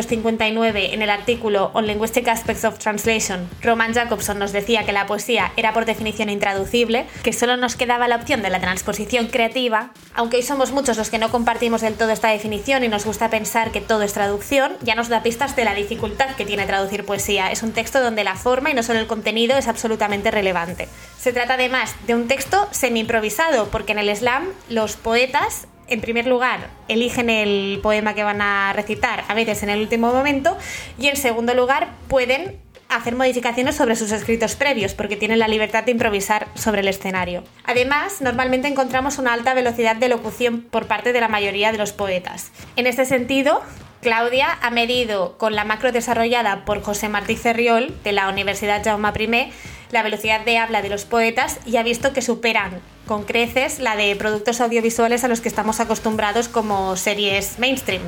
1959, en el artículo On Linguistic Aspects of Translation, Roman Jacobson nos decía que la poesía era por definición intraducible, que solo nos quedaba la opción de la transposición creativa. Aunque hoy somos muchos los que no compartimos del todo esta definición y nos gusta pensar que todo es traducción, ya nos da pistas de la dificultad que tiene traducir poesía. Es un texto donde la forma y no solo el contenido es absolutamente relevante. Se trata además de un texto semi-improvisado, porque en el slam los poetas, en primer lugar, eligen el poema que van a recitar, a veces en el último momento, y en segundo lugar pueden hacer modificaciones sobre sus escritos previos, porque tienen la libertad de improvisar sobre el escenario. Además, normalmente encontramos una alta velocidad de locución por parte de la mayoría de los poetas. En este sentido, Claudia ha medido con la macro desarrollada por José Martí Ferriol de la Universidad Jaume I la velocidad de habla de los poetas y ha visto que superan con creces la de productos audiovisuales a los que estamos acostumbrados como series mainstream.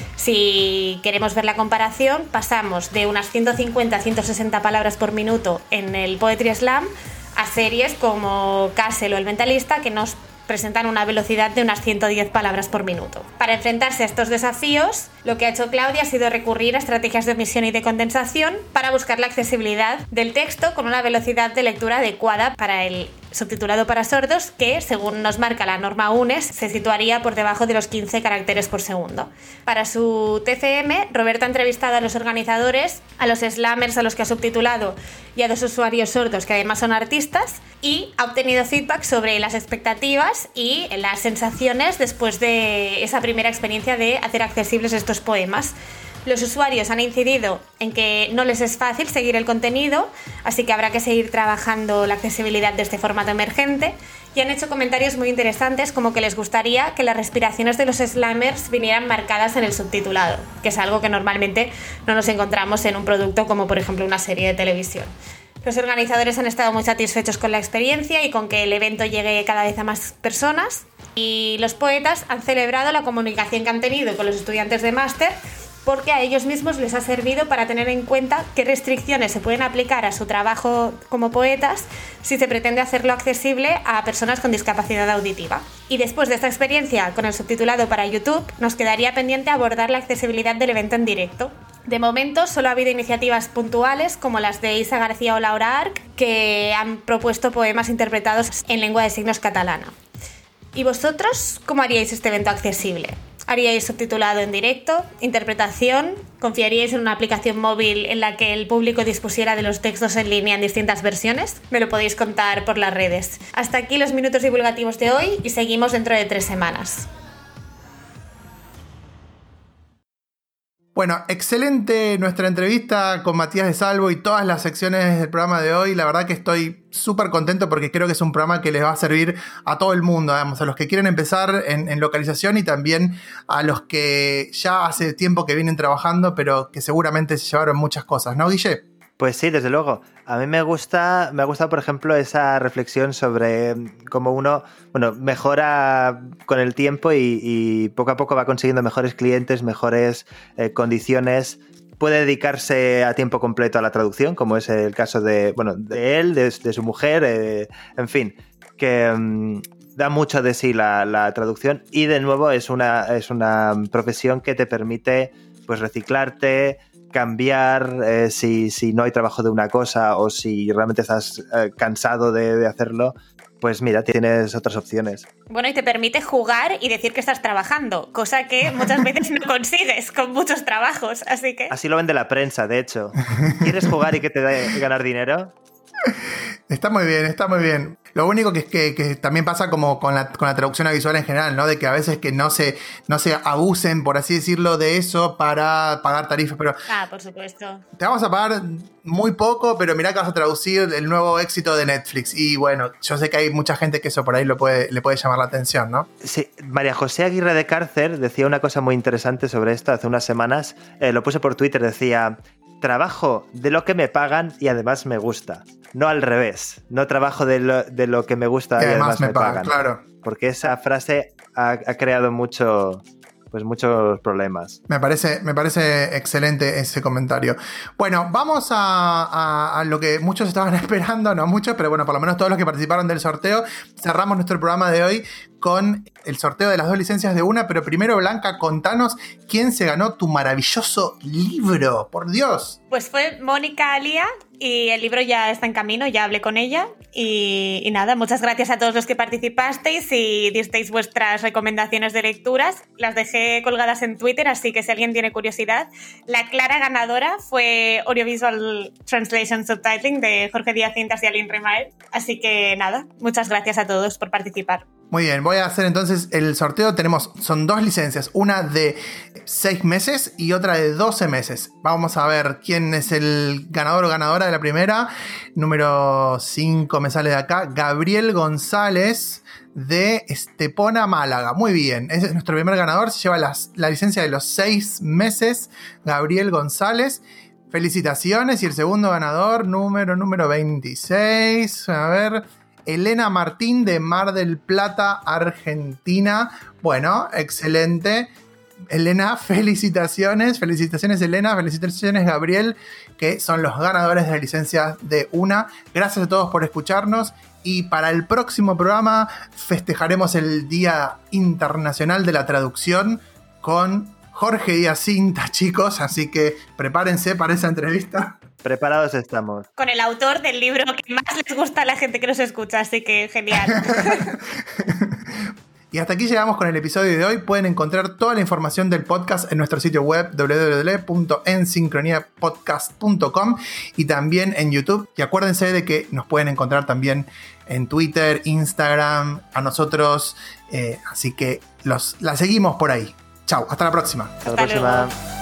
Si queremos ver la comparación, pasamos de unas 150 a 160 palabras por minuto en el Poetry Slam a series como Castle o El Mentalista, que nos presentan una velocidad de unas 110 palabras por minuto. Para enfrentarse a estos desafíos, lo que ha hecho Claudia ha sido recurrir a estrategias de omisión y de condensación para buscar la accesibilidad del texto con una velocidad de lectura adecuada para el subtitulado para sordos, que, según nos marca la norma UNES, se situaría por debajo de los 15 caracteres por segundo. Para su TFM, Roberto ha entrevistado a los organizadores, a los slammers a los que ha subtitulado y a 2 usuarios sordos que además son artistas, y ha obtenido feedback sobre las expectativas y las sensaciones después de esa primera experiencia de hacer accesibles estos poemas. Los usuarios han incidido en que no les es fácil seguir el contenido, así que habrá que seguir trabajando la accesibilidad de este formato emergente, y han hecho comentarios muy interesantes, como que les gustaría que las respiraciones de los slammers vinieran marcadas en el subtitulado, que es algo que normalmente no nos encontramos en un producto como por ejemplo una serie de televisión. Los organizadores han estado muy satisfechos con la experiencia y con que el evento llegue cada vez a más personas, y los poetas han celebrado la comunicación que han tenido con los estudiantes de máster porque a ellos mismos les ha servido para tener en cuenta qué restricciones se pueden aplicar a su trabajo como poetas si se pretende hacerlo accesible a personas con discapacidad auditiva. Y después de esta experiencia con el subtitulado para YouTube, nos quedaría pendiente abordar la accesibilidad del evento en directo. De momento solo ha habido iniciativas puntuales como las de Isa García o Laura Arc, que han propuesto poemas interpretados en lengua de signos catalana. ¿Y vosotros cómo haríais este evento accesible? ¿Haríais subtitulado en directo? ¿Interpretación? ¿Confiaríais en una aplicación móvil en la que el público dispusiera de los textos en línea en distintas versiones? Me lo podéis contar por las redes. Hasta aquí los minutos divulgativos de hoy y seguimos dentro de 3 semanas. Bueno, excelente nuestra entrevista con Matías de Salvo y todas las secciones del programa de hoy. La verdad que estoy súper contento porque creo que es un programa que les va a servir a todo el mundo, digamos, a los que quieren empezar en localización y también a los que ya hace tiempo que vienen trabajando, pero que seguramente se llevaron muchas cosas, ¿no, Guille? Pues sí, desde luego. A mí me ha gustado, por ejemplo, esa reflexión sobre cómo uno, mejora con el tiempo y poco a poco va consiguiendo mejores clientes, mejores condiciones. Puede dedicarse a tiempo completo a la traducción, como es el caso de él, de su mujer, en fin, que da mucho de sí la traducción y de nuevo es una profesión que te permite pues reciclarte, cambiar si no hay trabajo de una cosa o si realmente estás cansado de hacerlo, pues mira, tienes otras opciones. Bueno, y te permite jugar y decir que estás trabajando, cosa que muchas veces no consigues con muchos trabajos, así que... Así lo vende la prensa, de hecho. ¿Quieres jugar y que te dé ganar dinero? Está muy bien, está muy bien. Lo único que es que también pasa como con la traducción audiovisual en general, ¿no? De que a veces que no se abusen, por así decirlo, de eso para pagar tarifas, pero... por supuesto. Te vamos a pagar muy poco, pero mirá que vas a traducir el nuevo éxito de Netflix. Y bueno, yo sé que hay mucha gente que eso por ahí le puede llamar la atención, ¿no? Sí, María José Aguirre de Cárcer decía una cosa muy interesante sobre esto hace unas semanas. Lo puse por Twitter, decía... Trabajo de lo que me pagan y además me gusta. No al revés. No trabajo de lo que me gusta y además me pagan. Claro. Porque esa frase ha creado muchos problemas. Me parece excelente ese comentario. Bueno, vamos a lo que muchos estaban esperando, no muchos, pero bueno, por lo menos todos los que participaron del sorteo. Cerramos nuestro programa de hoy con el sorteo de las 2 licencias de una, pero primero, Blanca, contanos quién se ganó tu maravilloso libro, por Dios. Pues fue Mónica Alía y el libro ya está en camino, ya hablé con ella y nada, muchas gracias a todos los que participasteis y disteis vuestras recomendaciones de lecturas, las dejé colgadas en Twitter, así que si alguien tiene curiosidad, la clara ganadora fue Audiovisual Translation Subtitling de Jorge Díaz Cintas y Aline Rimael, así que nada, muchas gracias a todos por participar. Muy bien, voy a hacer entonces el sorteo. Son 2 licencias, una de 6 meses y otra de 12 meses. Vamos a ver quién es el ganador o ganadora de la primera. Número 5 me sale de acá, Gabriel González de Estepona, Málaga. Muy bien, ese es nuestro primer ganador. Se lleva la licencia de los 6 meses, Gabriel González. Felicitaciones. Y el segundo ganador, número 26. A ver... Elena Martín de Mar del Plata, Argentina. Bueno, excelente. Elena, felicitaciones. Felicitaciones, Elena. Felicitaciones, Gabriel, que son los ganadores de la licencia de una. Gracias a todos por escucharnos. Y para el próximo programa festejaremos el Día Internacional de la Traducción con Jorge Díaz Cintas, chicos. Así que prepárense para esa entrevista. Preparados estamos. Con el autor del libro que más les gusta a la gente que nos escucha, así que genial. Y hasta aquí llegamos con el episodio de hoy. Pueden encontrar toda la información del podcast en nuestro sitio web www.ensincroniapodcast.com y también en YouTube. Y acuérdense de que nos pueden encontrar también en Twitter, Instagram, a nosotros. Así que la seguimos por ahí. Chau, hasta la próxima. Hasta la próxima.